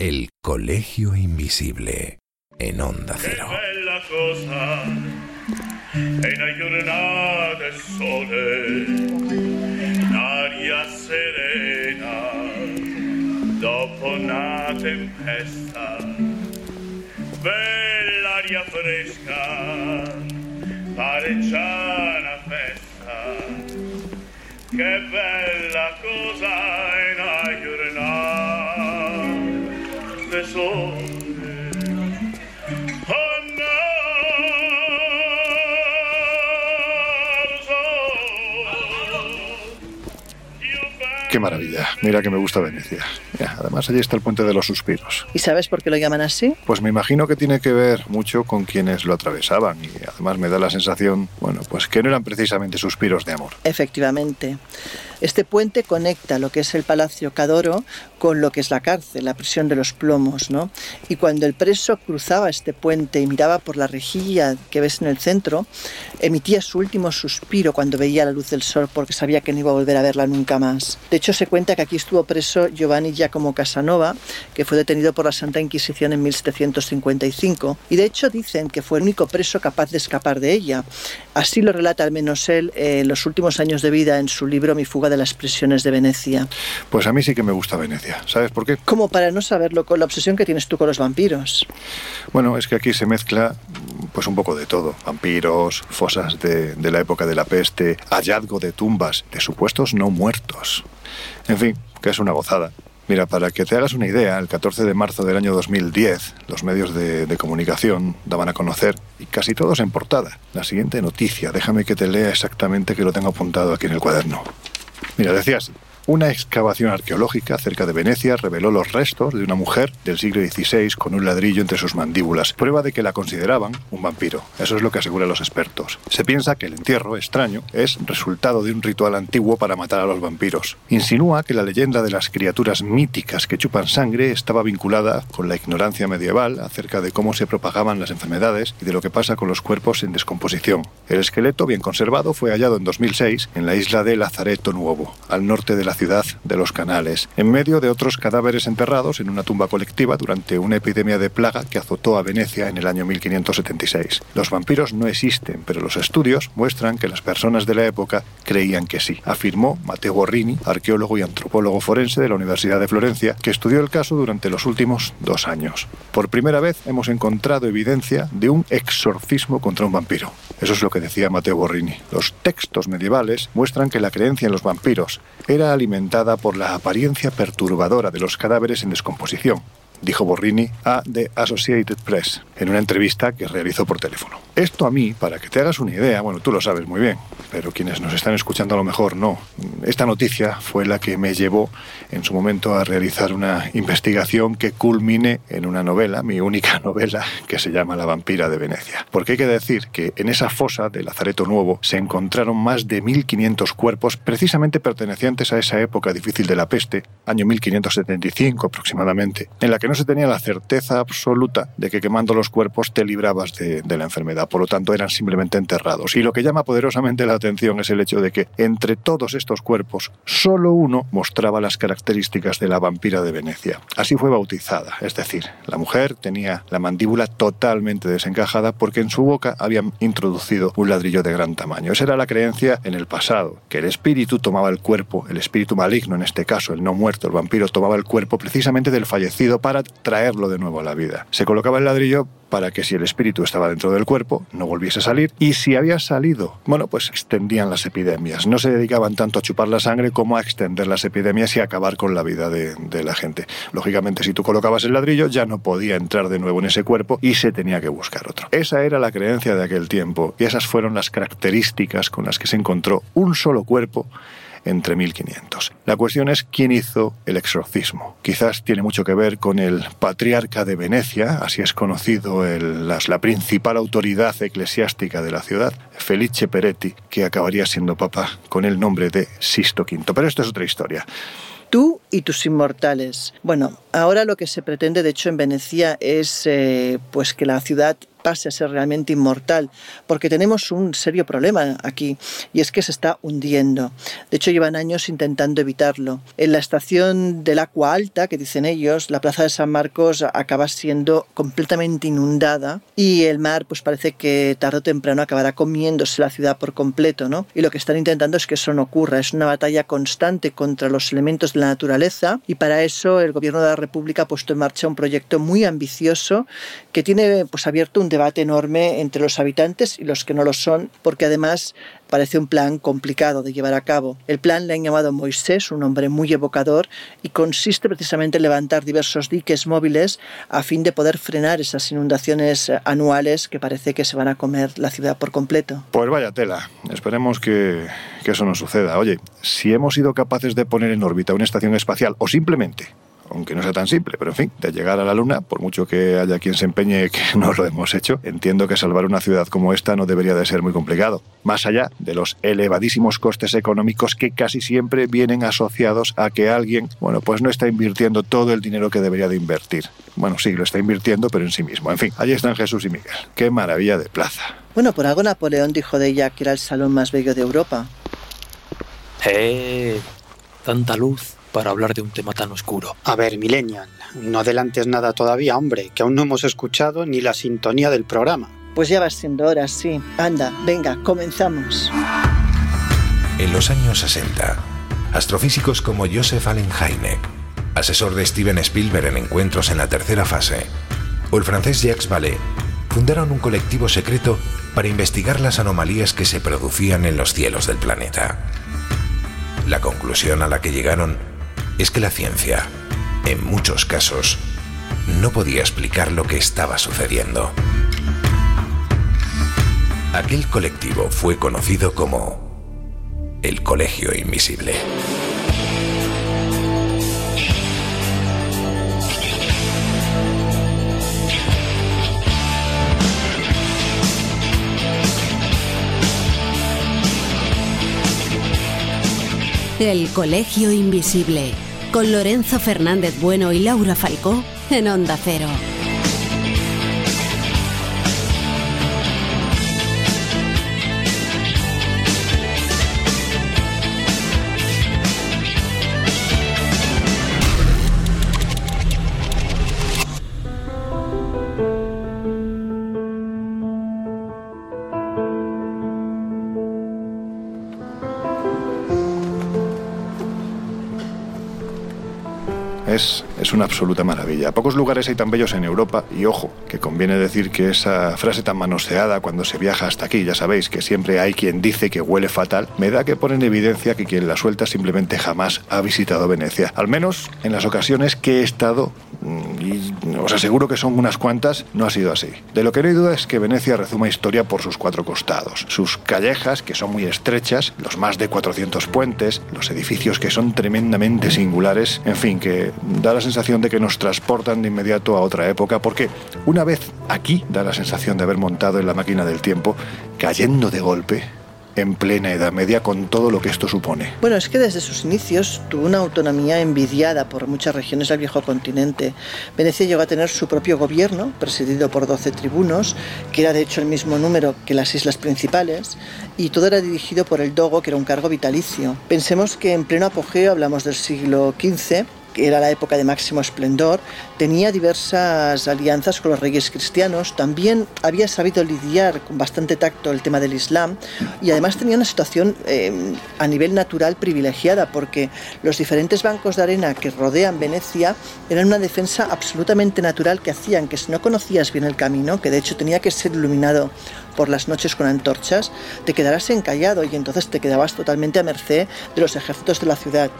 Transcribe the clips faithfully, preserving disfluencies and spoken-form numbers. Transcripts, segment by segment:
El Colegio Invisible, en Onda Cero. Che bella cosa è una giornata di sole, un'aria serena dopo una tempesta, bell'aria fresca, pare già una festa. Che bella cosa è una giornata di sole. Qué maravilla, mira que me gusta Venecia. Ya, además allí está el Puente de los Suspiros. ¿Y sabes por qué lo llaman así? Pues me imagino que tiene que ver mucho con quienes lo atravesaban y además me da la sensación, bueno, pues que no eran precisamente suspiros de amor. Efectivamente. Este puente conecta lo que es el Palacio Cadoro con lo que es la cárcel, la prisión de los plomos, ¿no? Y cuando el preso cruzaba este puente y miraba por la rejilla que ves en el centro, emitía su último suspiro cuando veía la luz del sol porque sabía que no iba a volver a verla nunca más. De hecho, se cuenta que aquí estuvo preso Giovanni Giacomo Casanova, que fue detenido por la Santa Inquisición en mil setecientos cincuenta y cinco. Y de hecho dicen que fue el único preso capaz de escapar de ella. Así lo relata al menos él en los últimos años de vida en su libro Mi fuga de las prisiones de Venecia. Pues a mí sí que me gusta Venecia. ¿Sabes por qué? Como para no saberlo, con la obsesión que tienes tú con los vampiros. Bueno, es que aquí se mezcla pues un poco de todo. Vampiros, fosas de, de la época de la peste, hallazgo de tumbas de supuestos no muertos. En fin, que es una gozada. Mira, para que te hagas una idea, el catorce de marzo del año dos mil diez, los medios de, de comunicación daban a conocer, y casi todos en portada, la siguiente noticia. Déjame que te lea exactamente, que lo tengo apuntado aquí en el cuaderno. Mira, decía así: una excavación arqueológica cerca de Venecia reveló los restos de una mujer del siglo dieciséis con un ladrillo entre sus mandíbulas, prueba de que la consideraban un vampiro. Eso es lo que aseguran los expertos. Se piensa que el entierro extraño es resultado de un ritual antiguo para matar a los vampiros. Insinúa que la leyenda de las criaturas míticas que chupan sangre estaba vinculada con la ignorancia medieval acerca de cómo se propagaban las enfermedades y de lo que pasa con los cuerpos en descomposición. El esqueleto, bien conservado, fue hallado en dos mil seis en la isla de Lazareto Nuovo, al norte de la ciudad de los Canales, en medio de otros cadáveres enterrados en una tumba colectiva durante una epidemia de plaga que azotó a Venecia en el año mil quinientos setenta y seis. Los vampiros no existen, pero los estudios muestran que las personas de la época creían que sí, afirmó Matteo Borrini, arqueólogo y antropólogo forense de la Universidad de Florencia, que estudió el caso durante los últimos dos años. Por primera vez hemos encontrado evidencia de un exorcismo contra un vampiro. Eso es lo que decía Matteo Borrini. Los textos medievales muestran que la creencia en los vampiros era alimentada por la apariencia perturbadora de los cadáveres en descomposición, dijo Borrini a The Associated Press en una entrevista que realizó por teléfono. Esto a mí, para que te hagas una idea, bueno, tú lo sabes muy bien, pero quienes nos están escuchando a lo mejor no. Esta noticia fue la que me llevó en su momento a realizar una investigación que culmine en una novela, mi única novela, que se llama La vampira de Venecia. Porque hay que decir que en esa fosa de Lazareto Nuovo se encontraron más de mil quinientos cuerpos precisamente pertenecientes a esa época difícil de la peste, año mil quinientos setenta y cinco aproximadamente, en la que no se tenía la certeza absoluta de que quemando los cuerpos te librabas de, de la enfermedad. Por lo tanto, eran simplemente enterrados. Y lo que llama poderosamente la atención es el hecho de que entre todos estos cuerpos, solo uno mostraba las características de la vampira de Venecia. Así fue bautizada, es decir, la mujer tenía la mandíbula totalmente desencajada porque en su boca habían introducido un ladrillo de gran tamaño. Esa era la creencia en el pasado, que el espíritu tomaba el cuerpo, el espíritu maligno en este caso, el no muerto, el vampiro, tomaba el cuerpo precisamente del fallecido para traerlo de nuevo a la vida. Se colocaba el ladrillo para que si el espíritu estaba dentro del cuerpo, no volviese a salir, y si había salido, bueno, pues extendían las epidemias. No se dedicaban tanto a chupar la sangre como a extender las epidemias y a acabar con la vida de, de la gente. Lógicamente, si tú colocabas el ladrillo, ya no podía entrar de nuevo en ese cuerpo y se tenía que buscar otro. Esa era la creencia de aquel tiempo, y esas fueron las características con las que se encontró un solo cuerpo entre mil quinientos. La cuestión es quién hizo el exorcismo. Quizás tiene mucho que ver con el patriarca de Venecia, así es conocido el, las, la principal autoridad eclesiástica de la ciudad, Felice Peretti, que acabaría siendo papa con el nombre de Sisto quinto. Pero esto es otra historia. Tú y tus inmortales. Bueno, ahora lo que se pretende, de hecho, en Venecia es eh, pues que la ciudad pase a ser realmente inmortal, porque tenemos un serio problema aquí, y es que se está hundiendo. De hecho, llevan años intentando evitarlo. En la estación del Agua Alta, que dicen ellos, la plaza de San Marcos acaba siendo completamente inundada, y el mar pues parece que tarde o temprano acabará comiéndose la ciudad por completo, ¿no? Y lo que están intentando es que eso no ocurra. Es una batalla constante contra los elementos de la naturaleza, y para eso el gobierno de la República ha puesto en marcha un proyecto muy ambicioso que tiene pues abierto un debate enorme entre los habitantes y los que no lo son, porque además parece un plan complicado de llevar a cabo. El plan le han llamado Moisés, un nombre muy evocador, y consiste precisamente en levantar diversos diques móviles a fin de poder frenar esas inundaciones anuales que parece que se van a comer la ciudad por completo. Pues vaya tela. Esperemos que, que eso no suceda. Oye, si hemos sido capaces de poner en órbita una estación espacial, o simplemente, aunque no sea tan simple, pero en fin, de llegar a la Luna, por mucho que haya quien se empeñe que no lo hemos hecho, entiendo que salvar una ciudad como esta no debería de ser muy complicado. Más allá de los elevadísimos costes económicos que casi siempre vienen asociados a que alguien, bueno, pues no está invirtiendo todo el dinero que debería de invertir. Bueno, sí, lo está invirtiendo, pero en sí mismo. En fin, allí están Jesús y Miguel. ¡Qué maravilla de plaza! Bueno, por algo Napoleón dijo de ella que era el salón más bello de Europa. ¡Eh! Tanta luz para hablar de un tema tan oscuro. A ver, Millennial, no adelantes nada todavía, hombre, que aún no hemos escuchado ni la sintonía del programa. Pues ya va siendo hora, sí. Anda, venga, comenzamos. En los años sesenta, astrofísicos como Joseph Allen Hynek, asesor de Steven Spielberg en Encuentros en la tercera fase, o el francés Jacques Vallée, fundaron un colectivo secreto para investigar las anomalías que se producían en los cielos del planeta. La conclusión a la que llegaron es que la ciencia, en muchos casos, no podía explicar lo que estaba sucediendo. Aquel colectivo fue conocido como el Colegio Invisible. El Colegio Invisible, con Lorenzo Fernández Bueno y Laura Falcó en Onda Cero. Es, es una absoluta maravilla. Pocos lugares hay tan bellos en Europa y ojo, que conviene decir que esa frase tan manoseada cuando se viaja hasta aquí, ya sabéis que siempre hay quien dice que huele fatal, me da que pone en evidencia que quien la suelta simplemente jamás ha visitado Venecia. Al menos en las ocasiones que he estado, y os aseguro que son unas cuantas, no ha sido así. De lo que no hay duda es que Venecia rezuma historia por sus cuatro costados, sus callejas, que son muy estrechas, los más de cuatrocientos puentes, los edificios que son tremendamente singulares, en fin, que da la sensación de que nos transportan de inmediato a otra época, porque una vez aquí da la sensación de haber montado en la máquina del tiempo, cayendo de golpe en plena Edad Media con todo lo que esto supone. Bueno, es que desde sus inicios tuvo una autonomía envidiada por muchas regiones del viejo continente. Venecia llegó a tener su propio gobierno, presidido por doce tribunos, que era de hecho el mismo número que las islas principales, y todo era dirigido por el dogo, que era un cargo vitalicio. Pensemos que en pleno apogeo, hablamos del siglo quince, que era la época de máximo esplendor, tenía diversas alianzas con los reyes cristianos, también había sabido lidiar con bastante tacto el tema del Islam, y además tenía una situación eh, a nivel natural privilegiada, porque los diferentes bancos de arena que rodean Venecia eran una defensa absolutamente natural que hacían que si no conocías bien el camino, que de hecho tenía que ser iluminado por las noches con antorchas, te quedarás encallado y entonces te quedabas totalmente a merced de los ejércitos de la ciudad.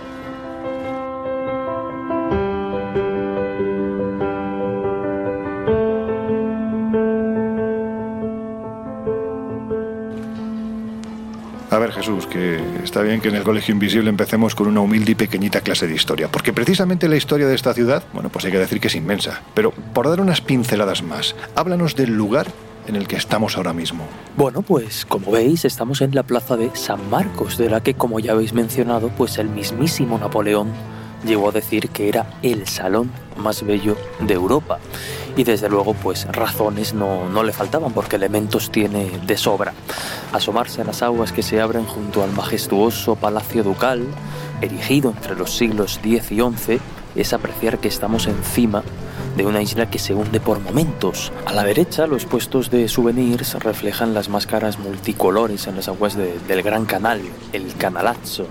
A ver, Jesús, que está bien que en el Colegio Invisible empecemos con una humilde y pequeñita clase de historia, porque precisamente la historia de esta ciudad, bueno, pues hay que decir que es inmensa. Pero por dar unas pinceladas más, háblanos del lugar en el que estamos ahora mismo. Bueno, pues como veis, estamos en la plaza de San Marcos, de la que, como ya habéis mencionado, pues el mismísimo Napoleón llegó a decir que era el salón más bello de Europa. Y desde luego, pues razones no, no le faltaban, porque elementos tiene de sobra. Asomarse a las aguas que se abren junto al majestuoso Palacio Ducal, erigido entre los siglos diez y once, es apreciar que estamos encima de una isla que se hunde por momentos. A la derecha, los puestos de souvenirs reflejan las máscaras multicolores en las aguas de, del Gran Canal, el Canalazzo,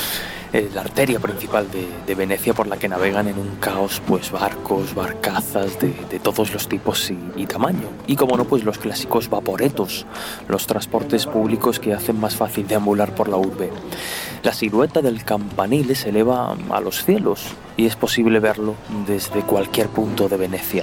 eh, la arteria principal de, de Venecia, por la que navegan en un caos pues barcos, barcazas de, de todos los tipos y, y tamaño. Y como no, pues los clásicos vaporetos, los transportes públicos que hacen más fácil deambular por la urbe. La silueta del campanile se eleva a los cielos y es posible verlo desde cualquier punto de Venecia.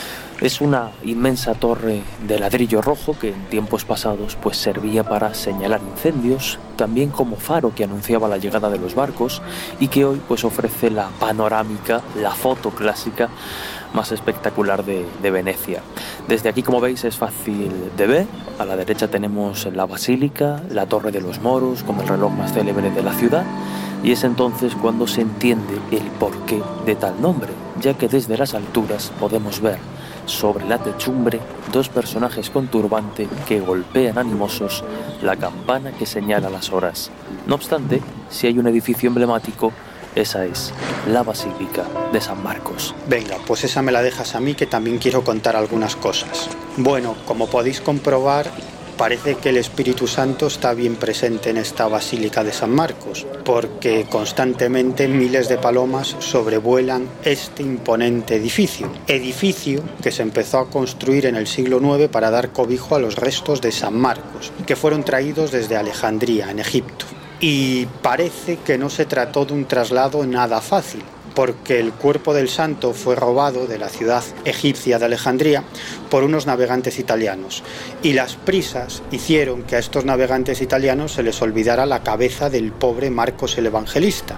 Es una inmensa torre de ladrillo rojo que en tiempos pasados pues servía para señalar incendios, también como faro que anunciaba la llegada de los barcos, y que hoy pues ofrece la panorámica, la foto clásica más espectacular de, de Venecia. Desde aquí, como veis, es fácil de ver. A la derecha tenemos la Basílica, la Torre de los Moros, con el reloj más célebre de la ciudad, y es entonces cuando se entiende el porqué de tal nombre, ya que desde las alturas podemos ver sobre la techumbre dos personajes con turbante que golpean animosos la campana que señala las horas. No obstante, si hay un edificio emblemático, esa es la Basílica de San Marcos. Venga, pues esa me la dejas a mí, que también quiero contar algunas cosas. Bueno, como podéis comprobar, parece que el Espíritu Santo está bien presente en esta Basílica de San Marcos, porque constantemente miles de palomas sobrevuelan este imponente edificio. Edificio que se empezó a construir en el siglo nueve para dar cobijo a los restos de San Marcos, que fueron traídos desde Alejandría, en Egipto. Y parece que no se trató de un traslado nada fácil, porque el cuerpo del santo fue robado de la ciudad egipcia de Alejandría por unos navegantes italianos, y las prisas hicieron que a estos navegantes italianos se les olvidara la cabeza del pobre Marcos el Evangelista,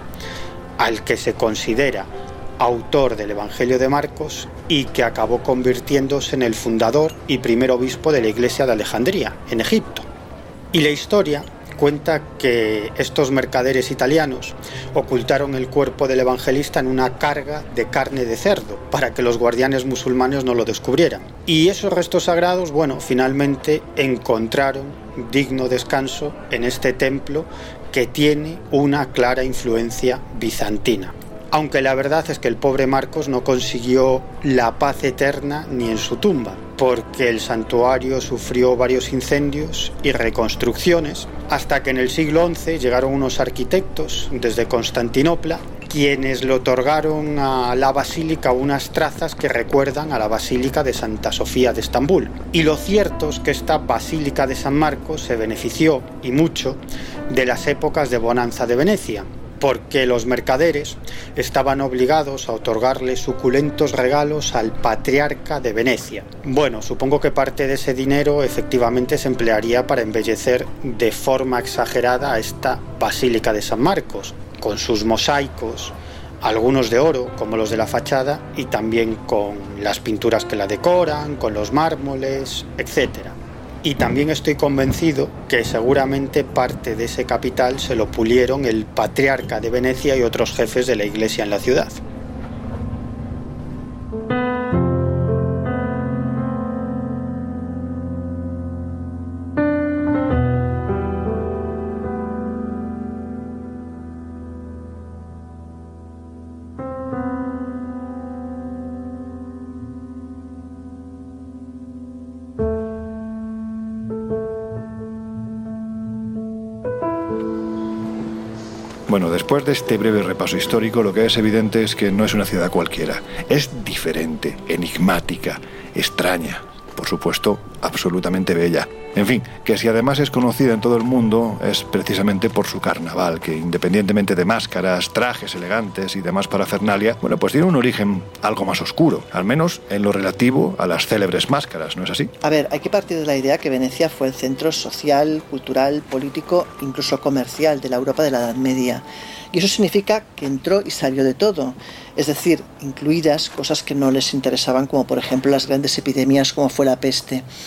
al que se considera autor del Evangelio de Marcos y que acabó convirtiéndose en el fundador y primer obispo de la iglesia de Alejandría, en Egipto. Y la historia cuenta que estos mercaderes italianos ocultaron el cuerpo del evangelista en una carga de carne de cerdo para que los guardianes musulmanes no lo descubrieran. Y esos restos sagrados, bueno, finalmente encontraron digno descanso en este templo que tiene una clara influencia bizantina. Aunque la verdad es que el pobre Marcos no consiguió la paz eterna ni en su tumba, porque el santuario sufrió varios incendios y reconstrucciones, hasta que en el siglo once llegaron unos arquitectos desde Constantinopla, quienes le otorgaron a la basílica unas trazas que recuerdan a la Basílica de Santa Sofía de Estambul. Y lo cierto es que esta Basílica de San Marcos se benefició, y mucho, de las épocas de bonanza de Venecia, porque los mercaderes estaban obligados a otorgarle suculentos regalos al patriarca de Venecia. Bueno, supongo que parte de ese dinero efectivamente se emplearía para embellecer de forma exagerada a esta Basílica de San Marcos, con sus mosaicos, algunos de oro, como los de la fachada, y también con las pinturas que la decoran, con los mármoles, etcétera. Y también estoy convencido que seguramente parte de ese capital se lo pulieron el patriarca de Venecia y otros jefes de la iglesia en la ciudad. Bueno, después de este breve repaso histórico, lo que es evidente es que no es una ciudad cualquiera. Es diferente, enigmática, extraña, por supuesto, absolutamente bella. En fin, que si además es conocida en todo el mundo es precisamente por su carnaval, que independientemente de máscaras, trajes elegantes y demás parafernalia, bueno, pues tiene un origen algo más oscuro, al menos en lo relativo a las célebres máscaras, ¿no es así? A ver, hay que partir de la idea que Venecia fue el centro social, cultural, político, incluso comercial de la Europa de la Edad Media. Y eso significa que entró y salió de todo, es decir, incluidas cosas que no les interesaban, como por ejemplo las grandes epidemias como fue la peste.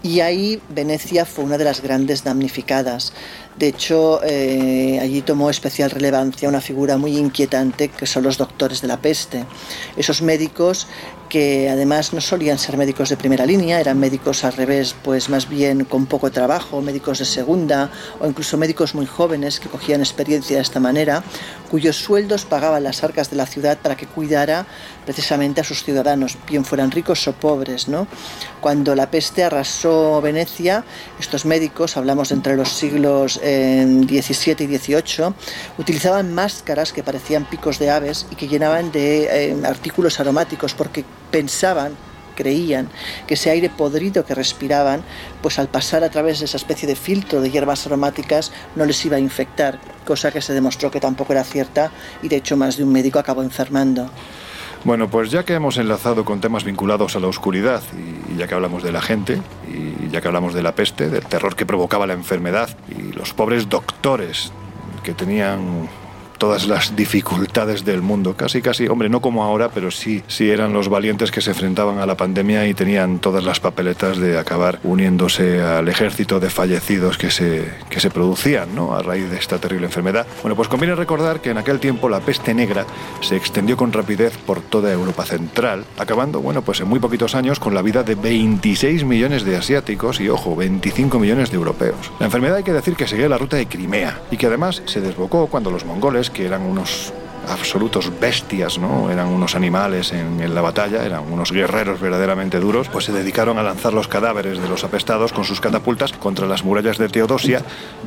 Y ahí Venecia fue una de las grandes damnificadas. De hecho, eh, allí tomó especial relevancia una figura muy inquietante que son los doctores de la peste. Esos médicos que además no solían ser médicos de primera línea, eran médicos al revés, pues más bien con poco trabajo, médicos de segunda o incluso médicos muy jóvenes que cogían experiencia de esta manera, cuyos sueldos pagaban las arcas de la ciudad para que cuidara precisamente a sus ciudadanos, bien fueran ricos o pobres, ¿no? Cuando la peste arrasó Venecia, estos médicos, hablamos entre los siglos eh, diecisiete y dieciocho, utilizaban máscaras que parecían picos de aves y que llenaban de eh, artículos aromáticos porque pensaban, creían que ese aire podrido que respiraban, pues al pasar a través de esa especie de filtro de hierbas aromáticas no les iba a infectar, cosa que se demostró que tampoco era cierta y de hecho más de un médico acabó enfermando. Bueno, pues ya que hemos enlazado con temas vinculados a la oscuridad y ya que hablamos de la gente y ya que hablamos de la peste, del terror que provocaba la enfermedad y los pobres doctores que tenían todas las dificultades del mundo, casi casi, hombre, no como ahora, pero sí, sí eran los valientes que se enfrentaban a la pandemia y tenían todas las papeletas de acabar uniéndose al ejército de fallecidos que se, que se producían, ¿no?, a raíz de esta terrible enfermedad. Bueno, pues conviene recordar que en aquel tiempo la peste negra se extendió con rapidez por toda Europa Central, acabando, bueno, pues en muy poquitos años con la vida de veintiséis millones de asiáticos y, ojo, veinticinco millones de europeos. La enfermedad hay que decir que seguía la ruta de Crimea y que además se desbocó cuando los mongoles, que eran unos absolutos bestias, ¿no?, eran unos animales en, en la batalla, eran unos guerreros verdaderamente duros, pues se dedicaron a lanzar los cadáveres de los apestados con sus catapultas contra las murallas de Teodosia.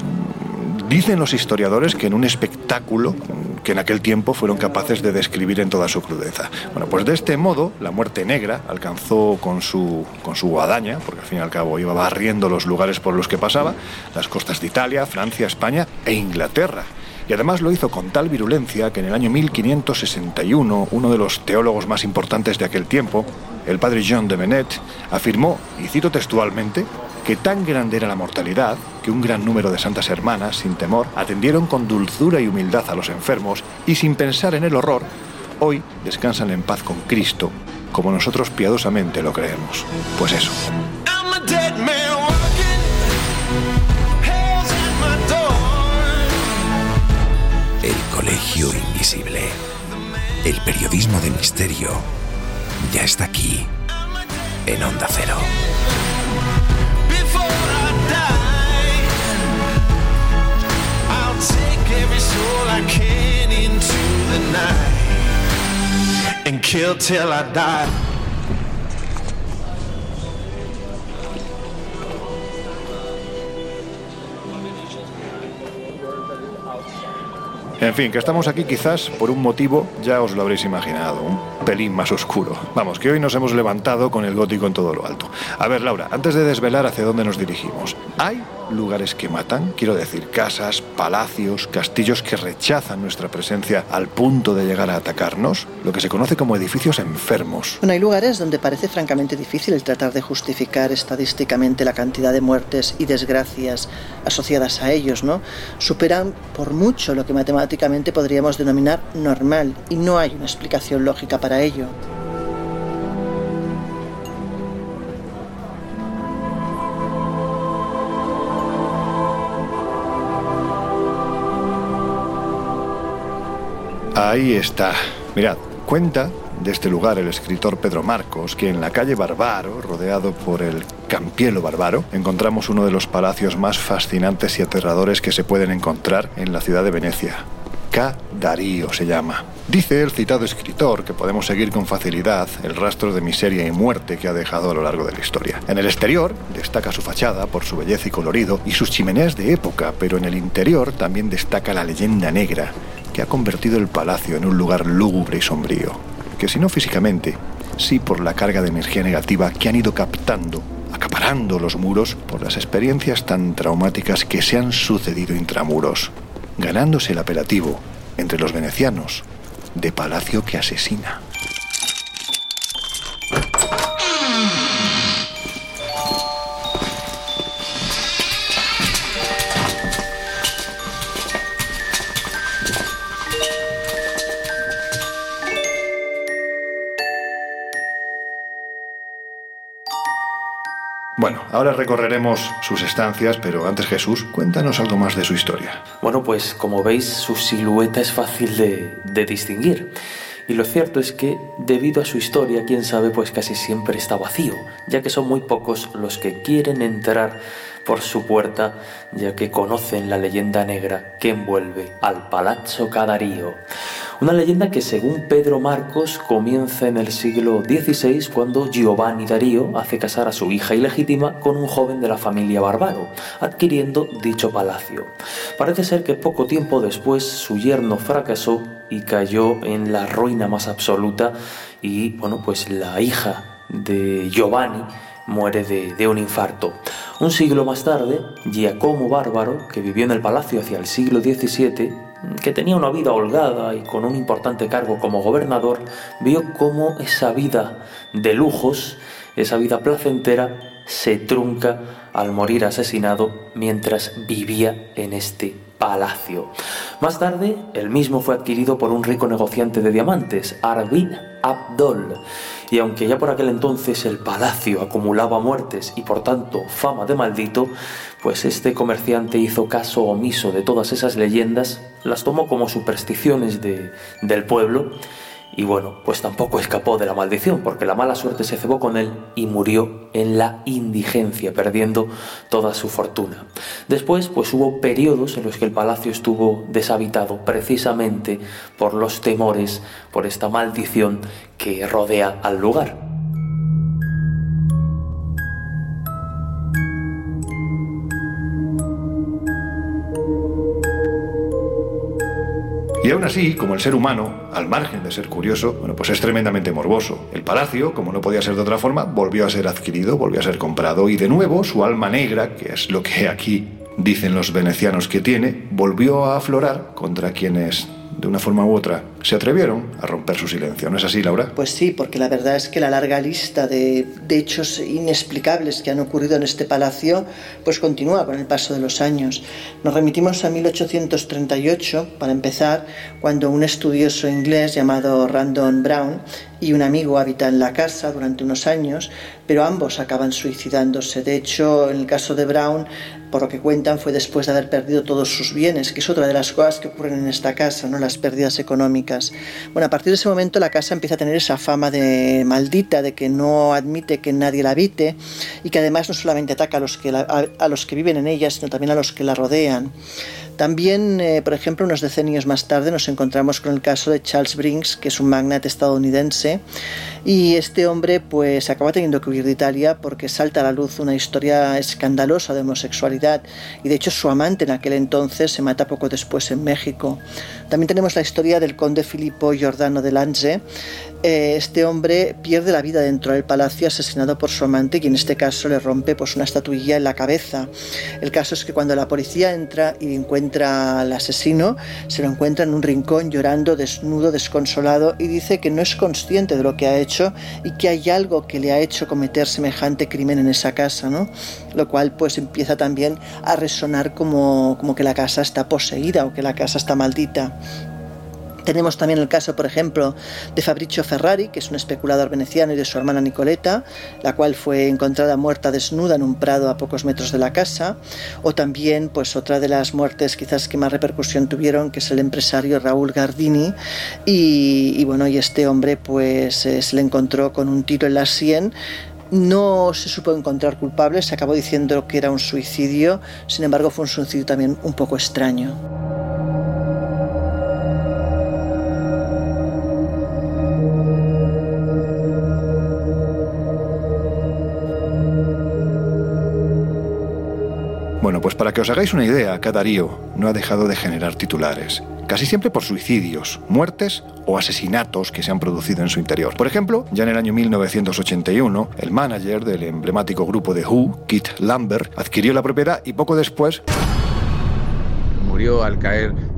Dicen los historiadores que en un espectáculo que en aquel tiempo fueron capaces de describir en toda su crudeza. Bueno, pues de este modo, la muerte negra alcanzó con su, con su guadaña, porque al fin y al cabo iba barriendo los lugares por los que pasaba, las costas de Italia, Francia, España e Inglaterra. Y además lo hizo con tal virulencia que en el año mil quinientos sesenta y uno, uno de los teólogos más importantes de aquel tiempo, el padre Jean de Benet, afirmó, y cito textualmente, que tan grande era la mortalidad que un gran número de santas hermanas, sin temor, atendieron con dulzura y humildad a los enfermos y sin pensar en el horror, hoy descansan en paz con Cristo, como nosotros piadosamente lo creemos. Pues eso. El Colegio Invisible. El periodismo de misterio ya está aquí, en Onda Cero. En fin, que estamos aquí quizás por un motivo, ya os lo habréis imaginado, un pelín más oscuro. Vamos, que hoy nos hemos levantado con el gótico en todo lo alto. A ver, Laura, antes de desvelar hacia dónde nos dirigimos, ¿hay lugares que matan? Quiero decir, casas, palacios, castillos que rechazan nuestra presencia al punto de llegar a atacarnos, lo que se conoce como edificios enfermos. Bueno, hay lugares donde parece francamente difícil el tratar de justificar estadísticamente la cantidad de muertes y desgracias asociadas a ellos, ¿no? Superan por mucho lo que matemáticamente podríamos denominar normal y no hay una explicación lógica para ello. Ahí está. Mirad, cuenta de este lugar el escritor Pedro Marcos que en la calle Barbaro, rodeado por el Campiello Barbaro, encontramos uno de los palacios más fascinantes y aterradores que se pueden encontrar en la ciudad de Venecia. Ca' Darío se llama. Dice el citado escritor que podemos seguir con facilidad el rastro de miseria y muerte que ha dejado a lo largo de la historia. En el exterior destaca su fachada por su belleza y colorido y sus chimeneas de época, pero en el interior también destaca la leyenda negra que ha convertido el palacio en un lugar lúgubre y sombrío, que si no físicamente, sí por la carga de energía negativa que han ido captando, acaparando los muros por las experiencias tan traumáticas que se han sucedido intramuros, ganándose el apelativo entre los venecianos de palacio que asesina. Bueno, ahora recorreremos sus estancias, pero antes, Jesús, cuéntanos algo más de su historia. Bueno, pues como veis, su silueta es fácil de, de distinguir. Y lo cierto es que, debido a su historia, quién sabe, pues casi siempre está vacío, ya que son muy pocos los que quieren entrar por su puerta, ya que conocen la leyenda negra que envuelve al Palazzo Cadario. Una leyenda que, según Pedro Marcos, comienza en el siglo dieciséis, cuando Giovanni Darío hace casar a su hija ilegítima con un joven de la familia Barbaro, adquiriendo dicho palacio. Parece ser que poco tiempo después su yerno fracasó y cayó en la ruina más absoluta, y bueno, pues la hija de Giovanni muere de, de un infarto. Un siglo más tarde, Giacomo Bárbaro, que vivió en el palacio hacia el siglo diecisiete, que tenía una vida holgada y con un importante cargo como gobernador, vio cómo esa vida de lujos, esa vida placentera, se trunca al morir asesinado mientras vivía en este palacio. Más tarde, el mismo fue adquirido por un rico negociante de diamantes, Arvid Abdol, y aunque ya por aquel entonces el palacio acumulaba muertes y por tanto fama de maldito, pues este comerciante hizo caso omiso de todas esas leyendas, las tomó como supersticiones de, del pueblo, y bueno, pues tampoco escapó de la maldición, porque la mala suerte se cebó con él y murió en la indigencia, perdiendo toda su fortuna. Después, pues hubo periodos en los que el palacio estuvo deshabitado, precisamente por los temores, por esta maldición que rodea al lugar. Y aún así, como el ser humano, al margen de ser curioso, bueno, pues es tremendamente morboso. El palacio, como no podía ser de otra forma, volvió a ser adquirido, volvió a ser comprado, y de nuevo su alma negra, que es lo que aquí dicen los venecianos que tiene, volvió a aflorar contra quienes, de una forma u otra, se atrevieron a romper su silencio. ¿No es así, Laura? Pues sí, porque la verdad es que la larga lista de, de hechos inexplicables que han ocurrido en este palacio pues continúa con el paso de los años. Nos remitimos a mil ochocientos treinta y ocho, para empezar, cuando un estudioso inglés llamado Randon Brown y un amigo habitan la casa durante unos años, pero ambos acaban suicidándose. De hecho, en el caso de Brown, por lo que cuentan, fue después de haber perdido todos sus bienes, que es otra de las cosas que ocurren en esta casa, ¿no? Las pérdidas económicas. Bueno, a partir de ese momento la casa empieza a tener esa fama de maldita, de que no admite que nadie la habite, y que además no solamente ataca a los que, la, a, a los que viven en ella, sino también a los que la rodean. También, eh, por ejemplo, unos decenios más tarde nos encontramos con el caso de Charles Brinks, que es un magnate estadounidense, y este hombre pues acaba teniendo que huir de Italia porque salta a la luz una historia escandalosa de homosexualidad, y de hecho su amante en aquel entonces se mata poco después en México. También tenemos la historia del conde Filippo Giordano de Lange. Eh, este hombre pierde la vida dentro del palacio asesinado por su amante, y en este caso le rompe pues una estatuilla en la cabeza. El caso es que cuando la policía entra y encuentra al asesino, se lo encuentra en un rincón llorando, desnudo, desconsolado, y dice que no es consciente de lo que ha hecho y que hay algo que le ha hecho cometer semejante crimen en esa casa, ¿no? Lo cual pues empieza también a resonar como, como que la casa está poseída o que la casa está maldita. Tenemos también el caso, por ejemplo, de Fabrizio Ferrari, que es un especulador veneciano, y de su hermana Nicoletta, la cual fue encontrada muerta desnuda en un prado a pocos metros de la casa. O también, pues otra de las muertes quizás que más repercusión tuvieron, que es el empresario Raúl Gardini. Y, y bueno, y este hombre pues eh, se le encontró con un tiro en la sien. No se supo encontrar culpable, se acabó diciendo que era un suicidio. Sin embargo, fue un suicidio también un poco extraño. Bueno, pues para que os hagáis una idea, Cadario no ha dejado de generar titulares, casi siempre por suicidios, muertes o asesinatos que se han producido en su interior. Por ejemplo, ya en el año mil novecientos ochenta y uno, el manager del emblemático grupo The Who, Keith Lambert, adquirió la propiedad y poco después murió al caer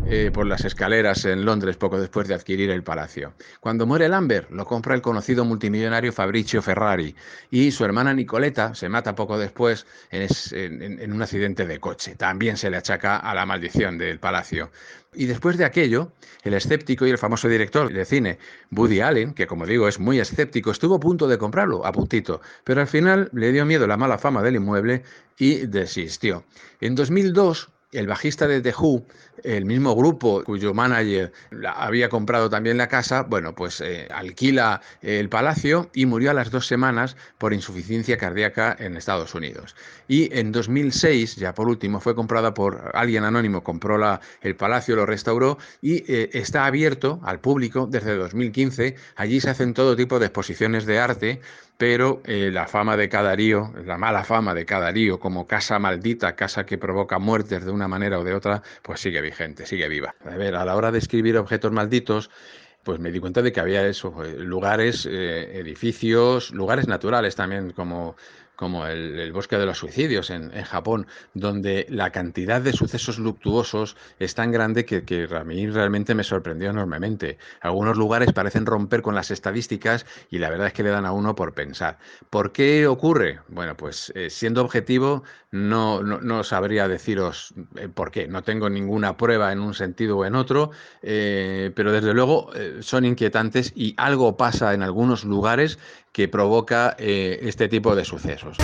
eh, por las escaleras en Londres poco después de adquirir el palacio. Cuando muere Lambert, lo compra el conocido multimillonario Fabrizio Ferrari y su hermana Nicoletta se mata poco después en, en, en un accidente de coche. También se le achaca a la maldición del palacio. Y después de aquello, el escéptico y el famoso director de cine Woody Allen, que como digo es muy escéptico, estuvo a punto de comprarlo, a puntito, pero al final le dio miedo la mala fama del inmueble y desistió. En dos mil dos, el bajista de The Who, el mismo grupo cuyo manager había comprado también la casa, bueno, pues eh, alquila el palacio y murió a las dos semanas por insuficiencia cardíaca en Estados Unidos. Y en dos mil seis, ya por último, fue comprada por alguien anónimo, compró la, el palacio, lo restauró y eh, está abierto al público desde dos mil quince. Allí se hacen todo tipo de exposiciones de arte, pero eh, la fama de Cadarío, la mala fama de Cadarío como casa maldita, casa que provoca muertes de una manera o de otra, pues sigue vigente, sigue viva. A ver, a la hora de escribir objetos malditos, pues me di cuenta de que había eso, lugares, eh, edificios, lugares naturales también, como como el, el bosque de los suicidios en, en Japón, donde la cantidad de sucesos luctuosos es tan grande que, que a mí realmente me sorprendió enormemente. Algunos lugares parecen romper con las estadísticas y la verdad es que le dan a uno por pensar. ¿Por qué ocurre? Bueno, pues eh, siendo objetivo no, no, no sabría deciros eh, por qué. No tengo ninguna prueba en un sentido o en otro, eh, pero desde luego eh, son inquietantes y algo pasa en algunos lugares que provoca eh, este tipo de sucesos.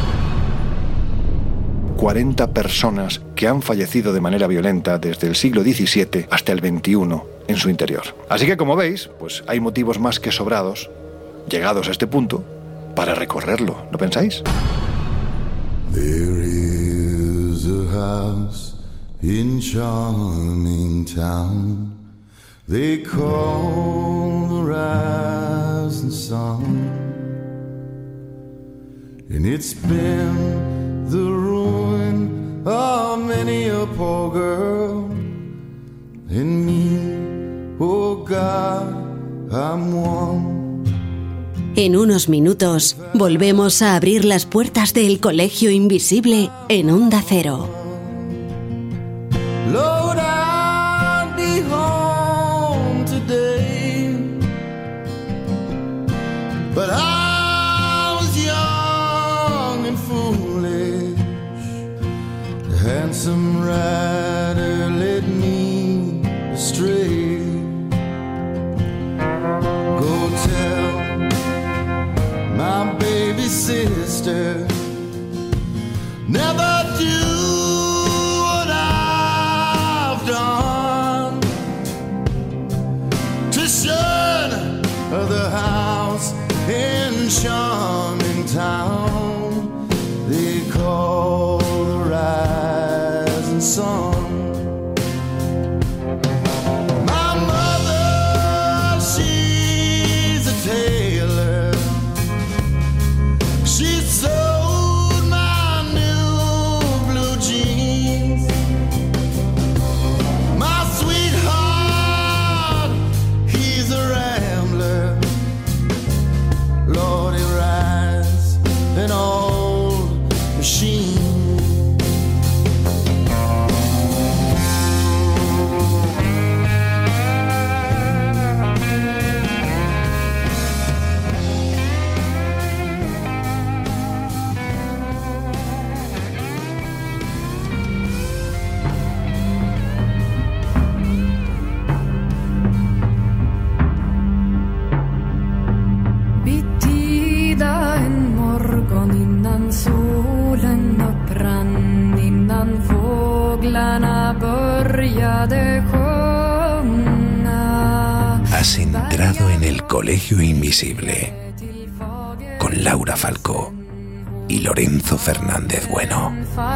cuarenta personas que han fallecido de manera violenta desde el siglo diecisiete hasta el veintiuno en su interior. Así que, como veis, pues hay motivos más que sobrados, llegados a este punto, para recorrerlo, ¿no pensáis? There is a house in charming town. They call the rising sun. And it's been the ruin of many a poor girl. And me, oh God, I'm one. En unos minutos volvemos a abrir las puertas del Colegio Invisible en Onda Cero. Lord, I'll be home today, but I handsome rider led me astray. Go tell my baby sister, never do what I've done to shun the house in charming town they call the rising sun. My mother, she's a tailor. She sewed my new blue jeans. My sweetheart, he's a rambler. Lord, he rides an old machine. Has entrado en el Colegio Invisible con Laura Falcó y Lorenzo Fernández Bueno.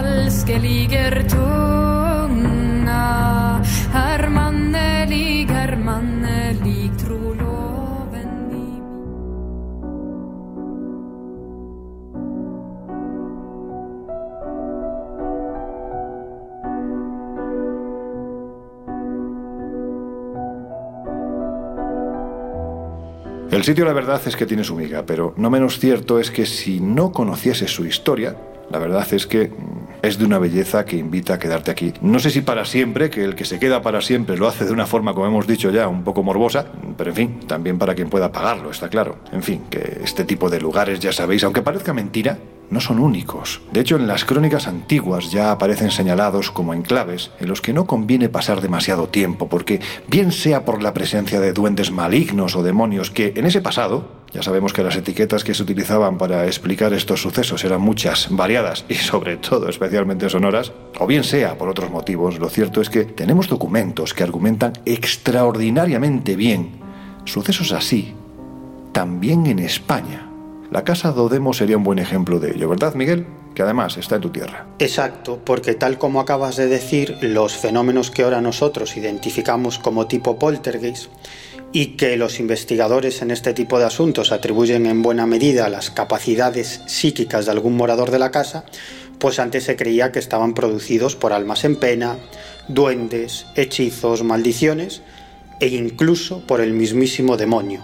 El sitio, la verdad, es que tiene su miga, pero no menos cierto es que si no conocieses su historia, la verdad es que es de una belleza que invita a quedarte aquí. No sé si para siempre, que el que se queda para siempre lo hace de una forma, como hemos dicho ya, un poco morbosa, pero en fin, también para quien pueda pagarlo, está claro. En fin, que este tipo de lugares, ya sabéis, aunque parezca mentira, no son únicos. De hecho, en las crónicas antiguas ya aparecen señalados como enclaves en los que no conviene pasar demasiado tiempo, porque bien sea por la presencia de duendes malignos o demonios que en ese pasado, ya sabemos que las etiquetas que se utilizaban para explicar estos sucesos eran muchas, variadas y sobre todo especialmente sonoras, o bien sea por otros motivos, lo cierto es que tenemos documentos que argumentan extraordinariamente bien sucesos así, también en España. La Casa Dodemo sería un buen ejemplo de ello, ¿verdad, Miguel? Que además está en tu tierra. Exacto, porque tal como acabas de decir, los fenómenos que ahora nosotros identificamos como tipo poltergeist y que los investigadores en este tipo de asuntos atribuyen en buena medida a las capacidades psíquicas de algún morador de la casa, pues antes se creía que estaban producidos por almas en pena, duendes, hechizos, maldiciones e incluso por el mismísimo demonio.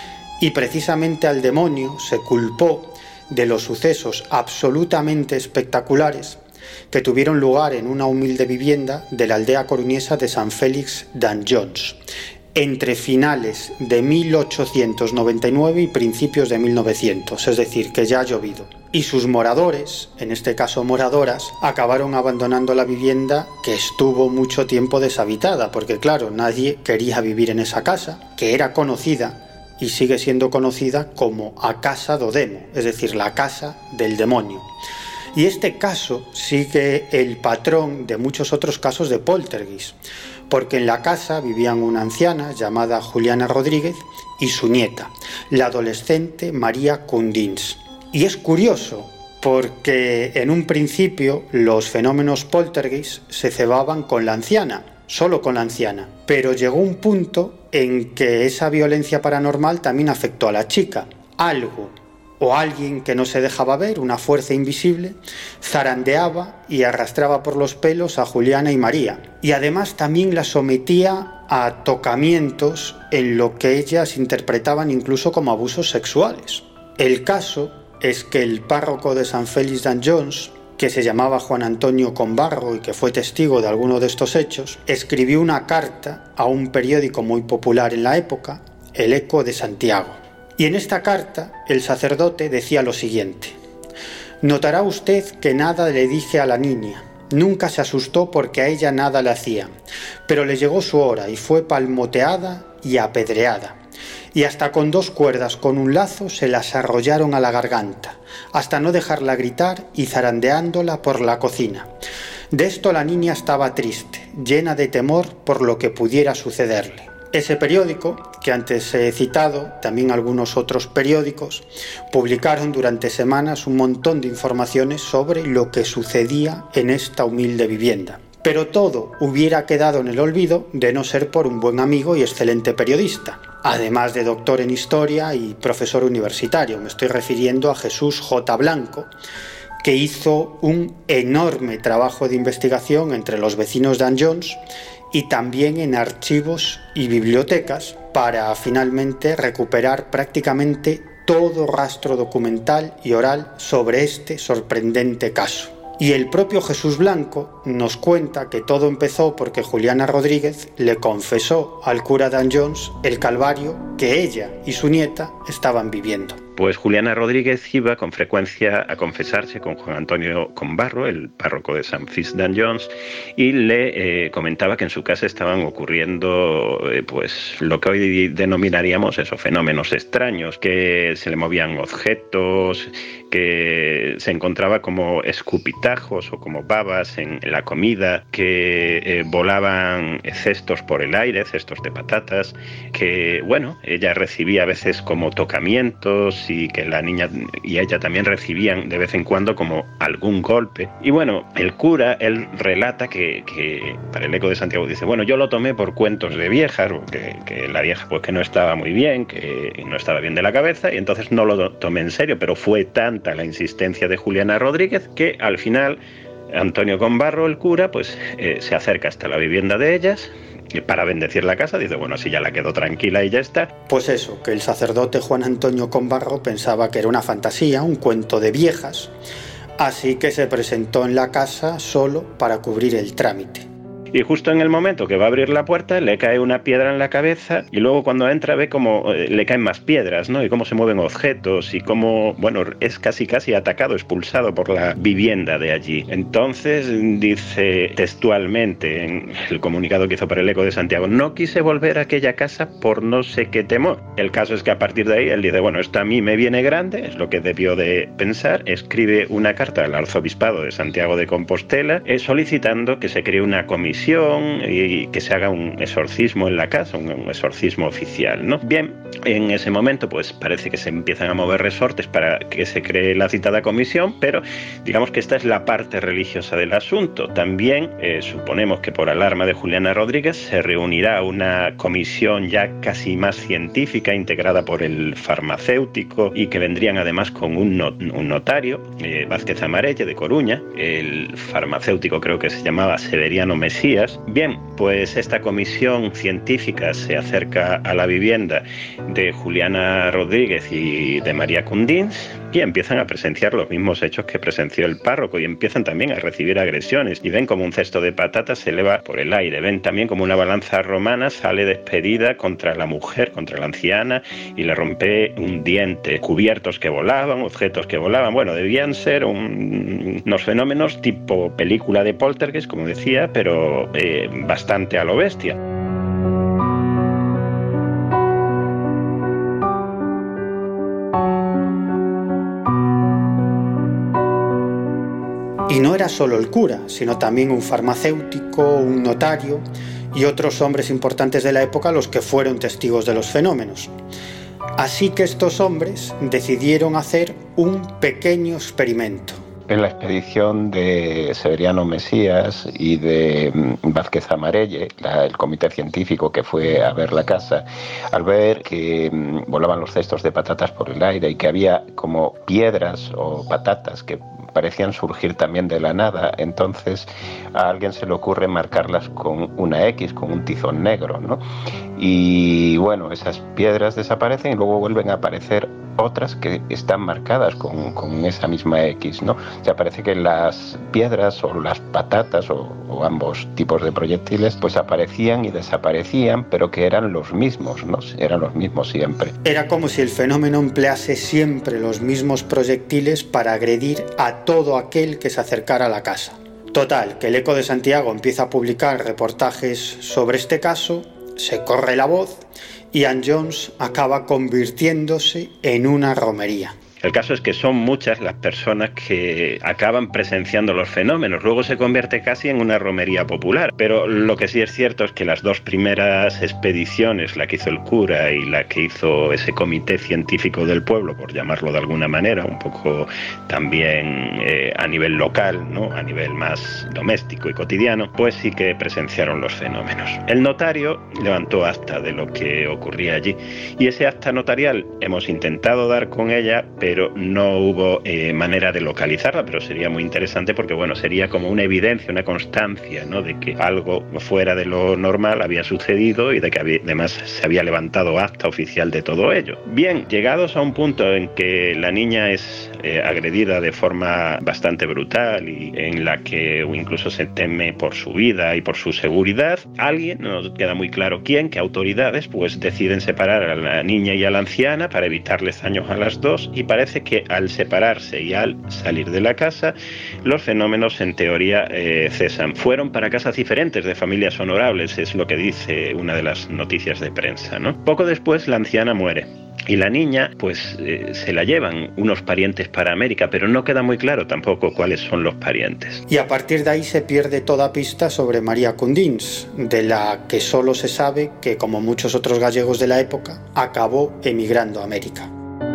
Y precisamente al demonio se culpó de los sucesos absolutamente espectaculares que tuvieron lugar en una humilde vivienda de la aldea coruñesa de San Félix d'Anjons, entre finales de mil ochocientos noventa y nueve y principios de mil novecientos, es decir, que ya ha llovido. Y sus moradores, en este caso moradoras, acabaron abandonando la vivienda que estuvo mucho tiempo deshabitada, porque claro, nadie quería vivir en esa casa, que era conocida y sigue siendo conocida como a Casa Dodemo, es decir, la casa del demonio. Y este caso sigue el patrón de muchos otros casos de poltergeist, porque en la casa vivían una anciana llamada Juliana Rodríguez y su nieta, la adolescente María Cundins. Y es curioso porque en un principio los fenómenos poltergeist se cebaban con la anciana, solo con la anciana, pero llegó un punto en que esa violencia paranormal también afectó a la chica. Algo o alguien que no se dejaba ver, una fuerza invisible, zarandeaba y arrastraba por los pelos a Juliana y María, y además también la sometía a tocamientos en lo que ellas interpretaban incluso como abusos sexuales. El caso es que el párroco de San Félix d'Anjons, que se llamaba Juan Antonio Combarro y que fue testigo de alguno de estos hechos, escribió una carta a un periódico muy popular en la época, El Eco de Santiago. Y en esta carta el sacerdote decía lo siguiente: notará usted que nada le dije a la niña, nunca se asustó porque a ella nada le hacía, pero le llegó su hora y fue palmoteada y apedreada. Y hasta con dos cuerdas con un lazo se las arrollaron a la garganta, hasta no dejarla gritar y zarandeándola por la cocina. De esto la niña estaba triste, llena de temor por lo que pudiera sucederle. Ese periódico, que antes he citado, también algunos otros periódicos, publicaron durante semanas un montón de informaciones sobre lo que sucedía en esta humilde vivienda. Pero todo hubiera quedado en el olvido de no ser por un buen amigo y excelente periodista, además de doctor en historia y profesor universitario. Me estoy refiriendo a Jesús J. Blanco, que hizo un enorme trabajo de investigación entre los vecinos de Anjons y también en archivos y bibliotecas para finalmente recuperar prácticamente todo rastro documental y oral sobre este sorprendente caso. Y el propio Jesús Blanco nos cuenta que todo empezó porque Juliana Rodríguez le confesó al cura de Anjons el calvario que ella y su nieta estaban viviendo. Pues Juliana Rodríguez iba con frecuencia a confesarse con Juan Antonio Combarro, el párroco de San Félix d'Anjons, y le eh, comentaba que en su casa estaban ocurriendo eh, pues lo que hoy denominaríamos esos fenómenos extraños, que se le movían objetos, que se encontraba como escupitajos o como babas en la comida, que eh, volaban cestos por el aire, cestos de patatas, que bueno, ella recibía a veces como tocamientos, y que la niña y ella también recibían de vez en cuando como algún golpe. Y bueno, el cura, él relata que, que para el Eco de Santiago dice, bueno, yo lo tomé por cuentos de viejas, que, que la vieja pues que no estaba muy bien, que no estaba bien de la cabeza, y entonces no lo tomé en serio, pero fue tanta la insistencia de Juliana Rodríguez que al final Antonio Combarro, el cura, pues eh, se acerca hasta la vivienda de ellas para bendecir la casa. Dice, bueno, así ya la quedó tranquila y ya está. Pues eso, que el sacerdote Juan Antonio Combarro pensaba que era una fantasía, un cuento de viejas, así que se presentó en la casa solo para cubrir el trámite. Y justo en el momento que va a abrir la puerta le cae una piedra en la cabeza y luego cuando entra ve cómo eh, le caen más piedras, ¿no? Y cómo se mueven objetos y cómo, bueno, es casi casi atacado, expulsado por la vivienda de allí. Entonces dice textualmente en el comunicado que hizo para el Eco de Santiago: no quise volver a aquella casa por no sé qué temor. El caso es que a partir de ahí él dice, bueno, esto a mí me viene grande, es lo que debió de pensar, escribe una carta al Arzobispado de Santiago de Compostela eh, solicitando que se cree una comisión y que se haga un exorcismo en la casa, un, un exorcismo oficial, ¿no? Bien, en ese momento pues parece que se empiezan a mover resortes para que se cree la citada comisión, pero digamos que esta es la parte religiosa del asunto. También eh, suponemos que por alarma de Juliana Rodríguez se reunirá una comisión ya casi más científica integrada por el farmacéutico y que vendrían además con un, not un notario, eh, Vázquez Amarelle de Coruña, el farmacéutico creo que se llamaba Severiano Mesías. Bien, pues esta comisión científica se acerca a la vivienda de Juliana Rodríguez y de María Cundins y empiezan a presenciar los mismos hechos que presenció el párroco y empiezan también a recibir agresiones y ven como un cesto de patatas se eleva por el aire, ven también como una balanza romana sale despedida contra la mujer, contra la anciana y le rompe un diente, cubiertos que volaban, objetos que volaban, bueno, debían ser un, unos fenómenos tipo película de Poltergeist, como decía, pero eh, bastante a lo bestia. Y no era solo el cura, sino también un farmacéutico, un notario y otros hombres importantes de la época los que fueron testigos de los fenómenos. Así que estos hombres decidieron hacer un pequeño experimento. En la expedición de Severiano Mesías y de Vázquez Amarelle, la, el comité científico que fue a ver la casa, al ver que um, volaban los cestos de patatas por el aire y que había como piedras o patatas que parecían surgir también de la nada, entonces a alguien se le ocurre marcarlas con una X, con un tizón negro, ¿no? Y bueno, esas piedras desaparecen y luego vuelven a aparecer otras que están marcadas con, con esa misma X, ¿no? O sea, parece que las piedras o las patatas o, o ambos tipos de proyectiles pues aparecían y desaparecían, pero que eran los mismos, ¿no? Eran los mismos siempre. Era como si el fenómeno emplease siempre los mismos proyectiles para agredir a todo aquel que se acercara a la casa. Total, que el Eco de Santiago empieza a publicar reportajes sobre este caso, se corre la voz y Ann Jones acaba convirtiéndose en una romería. El caso es que son muchas las personas que acaban presenciando los fenómenos. Luego se convierte casi en una romería popular. Pero lo que sí es cierto es que las dos primeras expediciones, la que hizo el cura y la que hizo ese comité científico del pueblo, por llamarlo de alguna manera, un poco también eh, a nivel local, ¿no? A nivel más doméstico y cotidiano, pues sí que presenciaron los fenómenos. El notario levantó acta de lo que ocurría allí. Y ese acta notarial hemos intentado dar con ella, pero pero no hubo eh, manera de localizarla, pero sería muy interesante porque, bueno, sería como una evidencia, una constancia, ¿no?, de que algo fuera de lo normal había sucedido y de que había, además se había levantado acta oficial de todo ello. Bien, llegados a un punto en que la niña es eh, agredida de forma bastante brutal y en la que incluso se teme por su vida y por su seguridad, alguien, no nos queda muy claro quién, que autoridades, pues deciden separar a la niña y a la anciana para evitarles daños a las dos y parece que al separarse y al salir de la casa, los fenómenos en teoría eh, cesan. Fueron para casas diferentes de familias honorables, es lo que dice una de las noticias de prensa, ¿no? Poco después la anciana muere. Y la niña, pues eh, se la llevan unos parientes para América, pero no queda muy claro tampoco cuáles son los parientes. Y a partir de ahí se pierde toda pista sobre María Cundins, de la que solo se sabe que, como muchos otros gallegos de la época, acabó emigrando a América.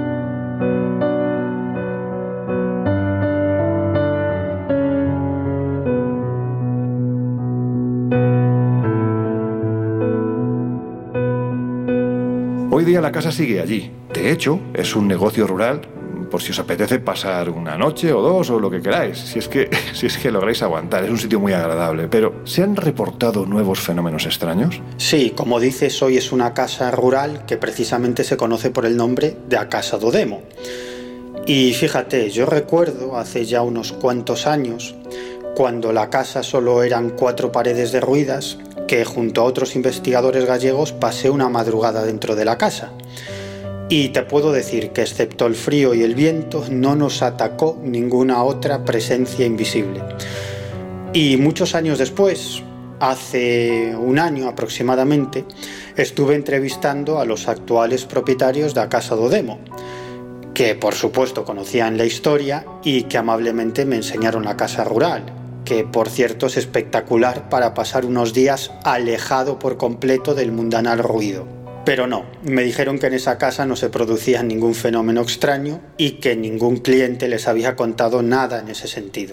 Hoy día la casa sigue allí. De hecho, es un negocio rural por si os apetece pasar una noche o dos o lo que queráis, si es que, si es que lográis aguantar. Es un sitio muy agradable. Pero, ¿se han reportado nuevos fenómenos extraños? Sí, como dices, hoy es una casa rural que precisamente se conoce por el nombre de A Casa do Demo. Y fíjate, yo recuerdo hace ya unos cuantos años, cuando la casa solo eran cuatro paredes derruidas, que junto a otros investigadores gallegos pasé una madrugada dentro de la casa. Y te puedo decir que excepto el frío y el viento no nos atacó ninguna otra presencia invisible. Y muchos años después, hace un año aproximadamente, estuve entrevistando a los actuales propietarios de la Casa do Demo, que por supuesto conocían la historia y que amablemente me enseñaron la casa rural, que por cierto es espectacular para pasar unos días alejado por completo del mundanal ruido. Pero no, me dijeron que en esa casa no se producía ningún fenómeno extraño y que ningún cliente les había contado nada en ese sentido.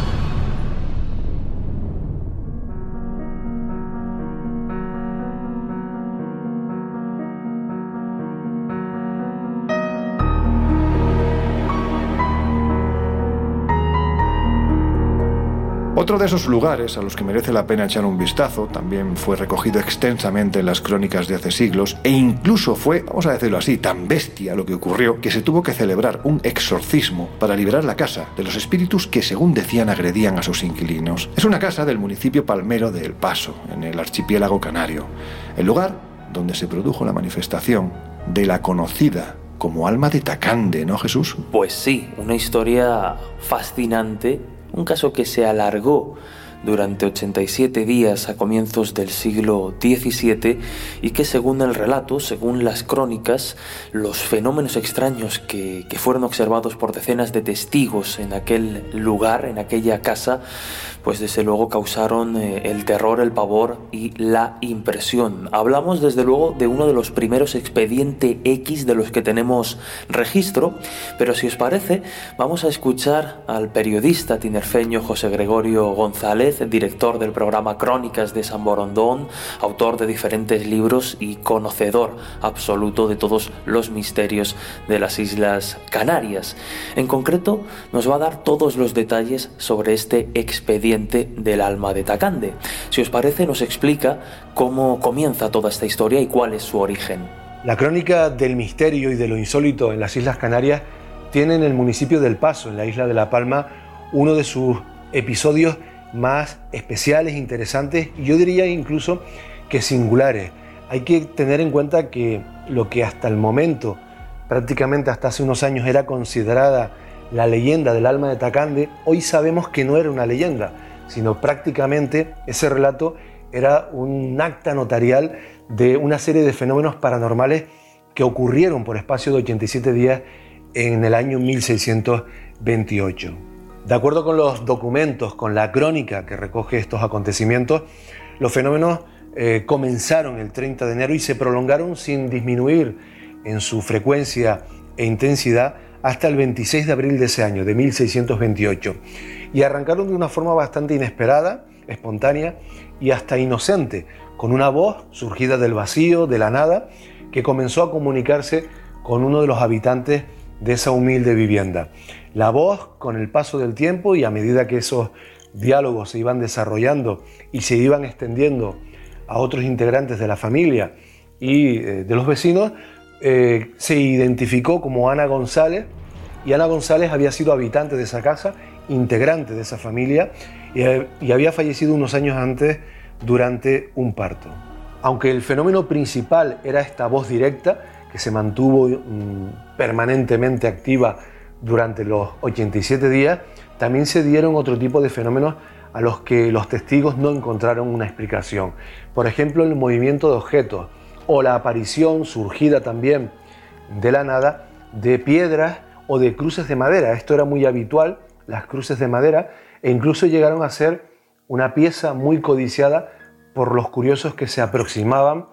Otro de esos lugares a los que merece la pena echar un vistazo, también fue recogido extensamente en las crónicas de hace siglos, e incluso fue, vamos a decirlo así, tan bestia lo que ocurrió, que se tuvo que celebrar un exorcismo para liberar la casa de los espíritus que, según decían, agredían a sus inquilinos. Es una casa del municipio palmero de El Paso, en el archipiélago canario, el lugar donde se produjo la manifestación de la conocida como alma de Tacande, ¿no, Jesús? Pues sí, una historia fascinante. Un caso que se alargó durante ochenta y siete días a comienzos del siglo diecisiete y que, según el relato, según las crónicas, los fenómenos extraños que, que fueron observados por decenas de testigos en aquel lugar, en aquella casa, pues desde luego causaron eh, el terror, el pavor y la impresión. Hablamos desde luego de uno de los primeros expediente X de los que tenemos registro, pero si os parece, vamos a escuchar al periodista tinerfeño José Gregorio González, director del programa Crónicas de San Borondón, autor de diferentes libros y conocedor absoluto de todos los misterios de las Islas Canarias. En concreto, nos va a dar todos los detalles sobre este expediente del alma de Tacande. Si os parece, nos explica cómo comienza toda esta historia y cuál es su origen. La crónica del misterio y de lo insólito en las Islas Canarias tiene en el municipio del Paso, en la isla de La Palma, uno de sus episodios más especiales, interesantes y yo diría incluso que singulares. Hay que tener en cuenta que lo que hasta el momento, prácticamente hasta hace unos años, era considerada la leyenda del alma de Tacande, hoy sabemos que no era una leyenda, sino prácticamente ese relato era un acta notarial de una serie de fenómenos paranormales que ocurrieron por espacio de ochenta y siete días en el año mil seiscientos veintiocho. De acuerdo con los documentos, con la crónica que recoge estos acontecimientos, los fenómenos eh, comenzaron el treinta de enero y se prolongaron sin disminuir en su frecuencia e intensidad hasta el veintiséis de abril de ese año, de mil seiscientos veintiocho. Y arrancaron de una forma bastante inesperada, espontánea y hasta inocente, con una voz surgida del vacío, de la nada, que comenzó a comunicarse con uno de los habitantes de esa humilde vivienda. La voz, con el paso del tiempo y a medida que esos diálogos se iban desarrollando y se iban extendiendo a otros integrantes de la familia y eh, de los vecinos, eh, se identificó como Ana González, y Ana González había sido habitante de esa casa, integrante de esa familia, y, eh, y había fallecido unos años antes durante un parto. Aunque el fenómeno principal era esta voz directa, que se mantuvo mmm, permanentemente activa durante los ochenta y siete días, también se dieron otro tipo de fenómenos a los que los testigos no encontraron una explicación. Por ejemplo, el movimiento de objetos o la aparición surgida también de la nada de piedras o de cruces de madera. Esto era muy habitual, las cruces de madera, e incluso llegaron a ser una pieza muy codiciada por los curiosos que se aproximaban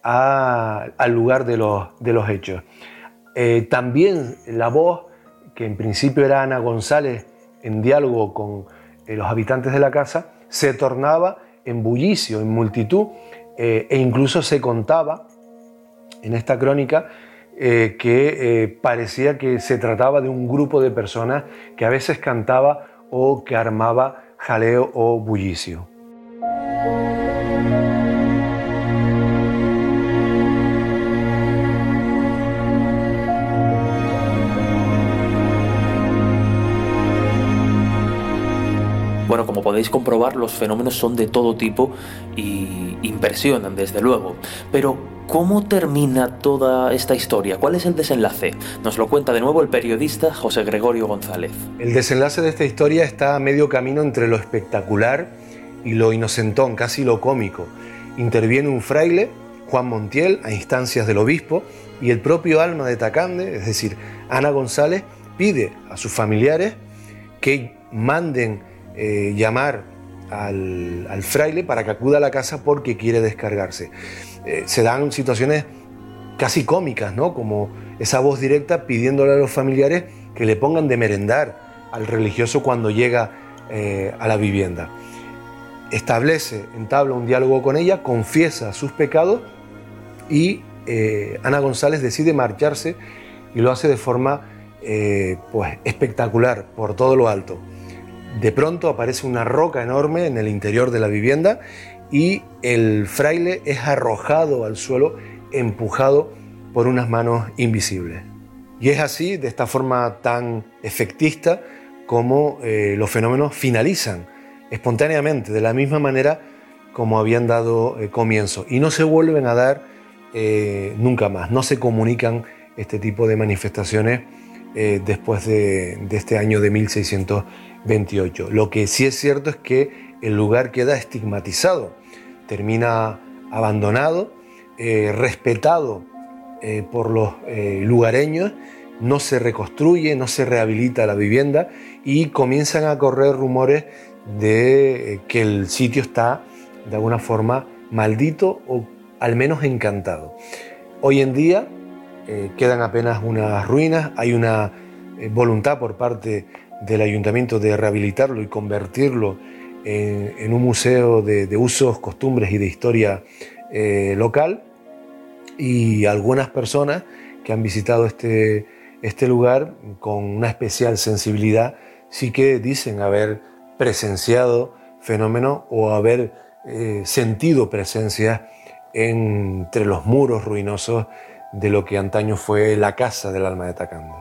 a, al lugar de los, de los hechos. Eh, también la voz, que en principio era Ana González en diálogo con eh, los habitantes de la casa, se tornaba en bullicio, en multitud, eh, e incluso se contaba en esta crónica eh, que eh, parecía que se trataba de un grupo de personas que a veces cantaba o que armaba jaleo o bullicio. Bueno, como podéis comprobar, los fenómenos son de todo tipo y impresionan, desde luego. Pero, ¿cómo termina toda esta historia? ¿Cuál es el desenlace? Nos lo cuenta de nuevo el periodista José Gregorio González. El desenlace de esta historia está a medio camino entre lo espectacular y lo inocentón, casi lo cómico. Interviene un fraile, Juan Montiel, a instancias del obispo, y el propio alma de Tacande, es decir, Ana González, pide a sus familiares que manden eh, llamar al, al fraile para que acuda a la casa porque quiere descargarse. Eh, se dan situaciones casi cómicas, ¿no? Como esa voz directa pidiéndole a los familiares que le pongan de merendar al religioso cuando llega eh, a la vivienda. Establece, entabla un diálogo con ella, confiesa sus pecados y eh, Ana González decide marcharse y lo hace de forma eh, pues, espectacular, por todo lo alto. De pronto aparece una roca enorme en el interior de la vivienda y el fraile es arrojado al suelo, empujado por unas manos invisibles. Y es así, de esta forma tan efectista, como eh, los fenómenos finalizan espontáneamente, de la misma manera como habían dado eh, comienzo, y no se vuelven a dar eh, nunca más, no se comunican este tipo de manifestaciones eh, después de, de este año de mil seiscientos veintiocho. Lo que sí es cierto es que el lugar queda estigmatizado, termina abandonado, eh, respetado eh, por los eh, lugareños, no se reconstruye, no se rehabilita la vivienda y comienzan a correr rumores de eh, que el sitio está de alguna forma maldito o al menos encantado. Hoy en día eh, quedan apenas unas ruinas, hay una eh, voluntad por parte del ayuntamiento de rehabilitarlo y convertirlo en, en un museo de, de usos, costumbres y de historia eh, local, y algunas personas que han visitado este, este lugar con una especial sensibilidad sí que dicen haber presenciado fenómenos o haber eh, sentido presencia entre los muros ruinosos de lo que antaño fue la casa del alma de Tacande.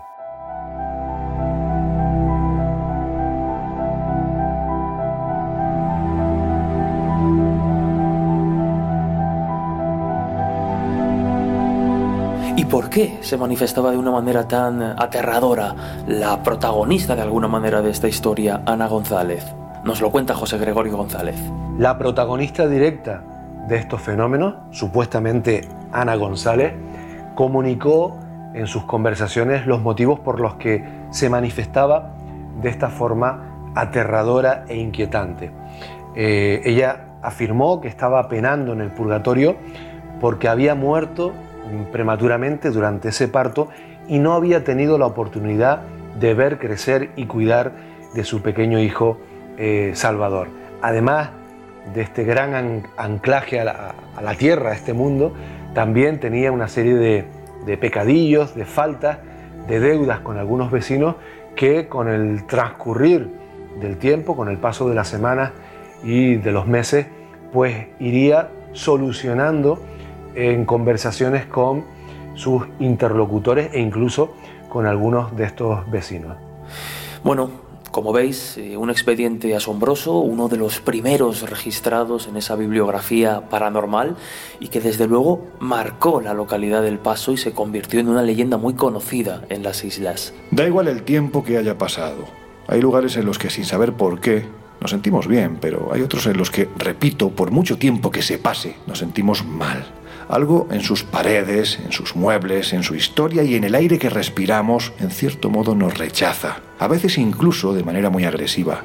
¿Y por qué se manifestaba de una manera tan aterradora la protagonista de alguna manera de esta historia, Ana González? Nos lo cuenta José Gregorio González. La protagonista directa de estos fenómenos, supuestamente Ana González, comunicó en sus conversaciones los motivos por los que se manifestaba de esta forma aterradora e inquietante. Eh, ella afirmó que estaba penando en el purgatorio porque había muerto prematuramente durante ese parto y no había tenido la oportunidad de ver crecer y cuidar de su pequeño hijo eh, Salvador. Además de este gran anclaje a la, a la tierra, a este mundo, también tenía una serie de, de pecadillos, de faltas, de deudas con algunos vecinos que con el transcurrir del tiempo, con el paso de las semanas y de los meses, pues iría solucionando en conversaciones con sus interlocutores e incluso con algunos de estos vecinos. Bueno, como veis, un expediente asombroso, uno de los primeros registrados en esa bibliografía paranormal y que desde luego marcó la localidad del Paso y se convirtió en una leyenda muy conocida en las islas. Da igual el tiempo que haya pasado. Hay lugares en los que sin saber por qué nos sentimos bien, pero hay otros en los que, repito, por mucho tiempo que se pase, nos sentimos mal. Algo en sus paredes, en sus muebles, en su historia y en el aire que respiramos, en cierto modo nos rechaza, a veces incluso de manera muy agresiva.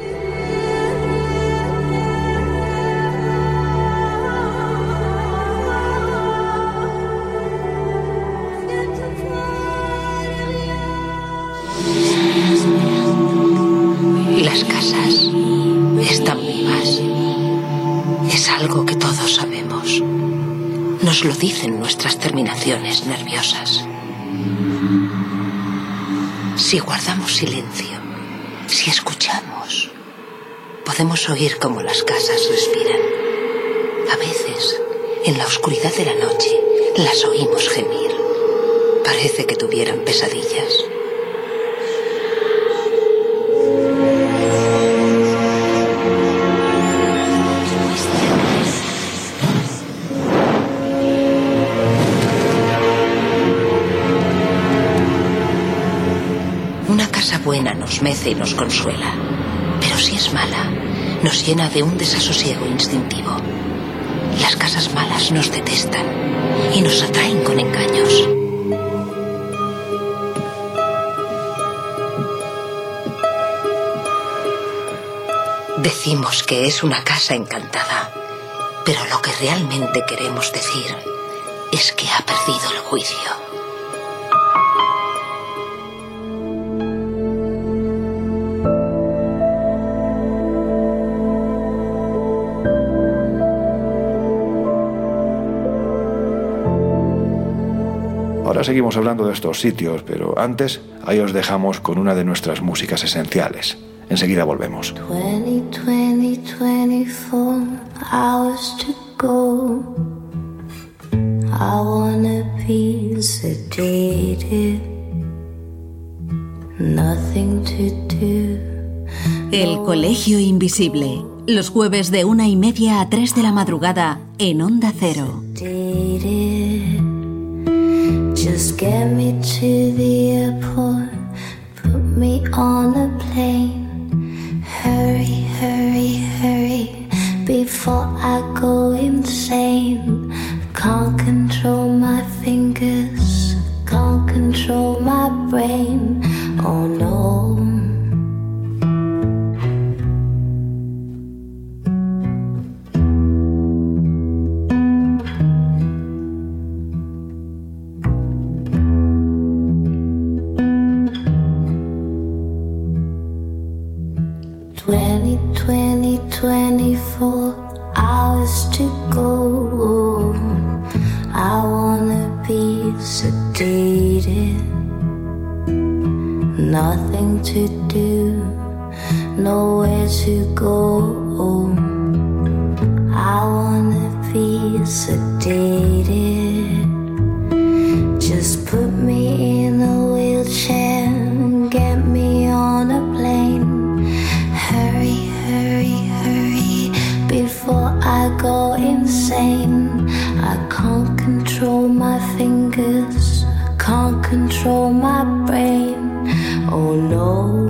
Las casas están vivas. Es algo que todos sabemos. Nos lo dicen nuestras terminaciones nerviosas. Si guardamos silencio, si escuchamos, podemos oír cómo las casas respiran. A veces, en la oscuridad de la noche, las oímos gemir. Parece que tuvieran pesadillas. casa buena nos mece y nos consuela, pero si es mala, nos llena de un desasosiego instintivo. Las casas malas nos detestan y nos atraen con engaños. Decimos que es una casa encantada, pero lo que realmente queremos decir es que ha perdido el juicio. Ahora seguimos hablando de estos sitios, pero antes ahí os dejamos con una de nuestras músicas esenciales. Enseguida volvemos. twenty, twenty, twenty-four hours to go. I wanna be sedated. Nothing to do. El Colegio Invisible. Los jueves de una y media a tres de la madrugada en Onda Cero. Just get me to the airport. Put me on a plane. Hurry, hurry, hurry, before I go insane. Can't control my fingers, can't control my brain. Oh no. twenty, twenty, twenty-four hours to go. I wanna be sedated. Nothing to do, nowhere to go. I wanna be sedated. Just put me in a wheelchair and get me on a plane. Hurry, hurry, hurry, before I go insane. I can't control my fingers, can't control my brain. Oh no.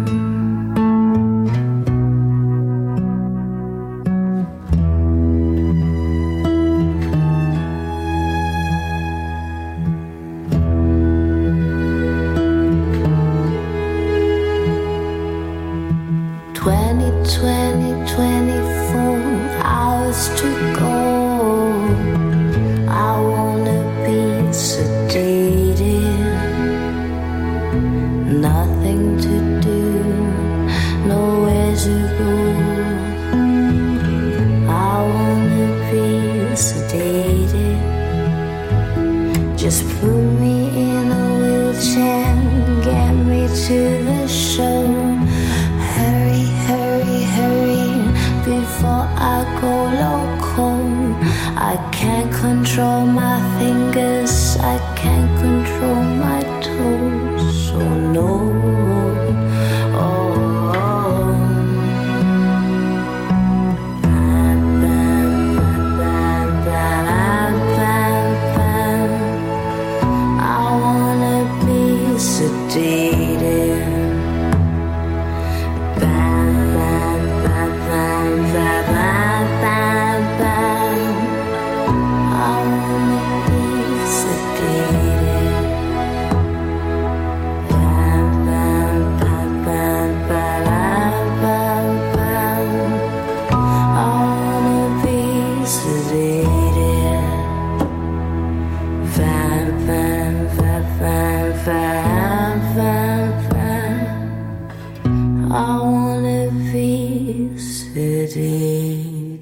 twenty, twenty, twenty-four hours to go. I wanna be sedated. Nothing to do, nowhere to go. I wanna be sedated. Just put me in a wheelchair, get me to the show. Hurry, hurry, hurry, before I go loco. I can't control my fingers, I can't control my toes. Oh no. Oh, oh. Bam, bam, bam, bam, bam, bam. I wanna be sedated. Bam, bam, bam, bam, bam, bam, bam. I wanna be sedated. Bam, bam, bam, bam, bam, bam, bam. I wanna be sedated. Bam, bam, bam, bam, bam, bam, bam. I wanna be sedated.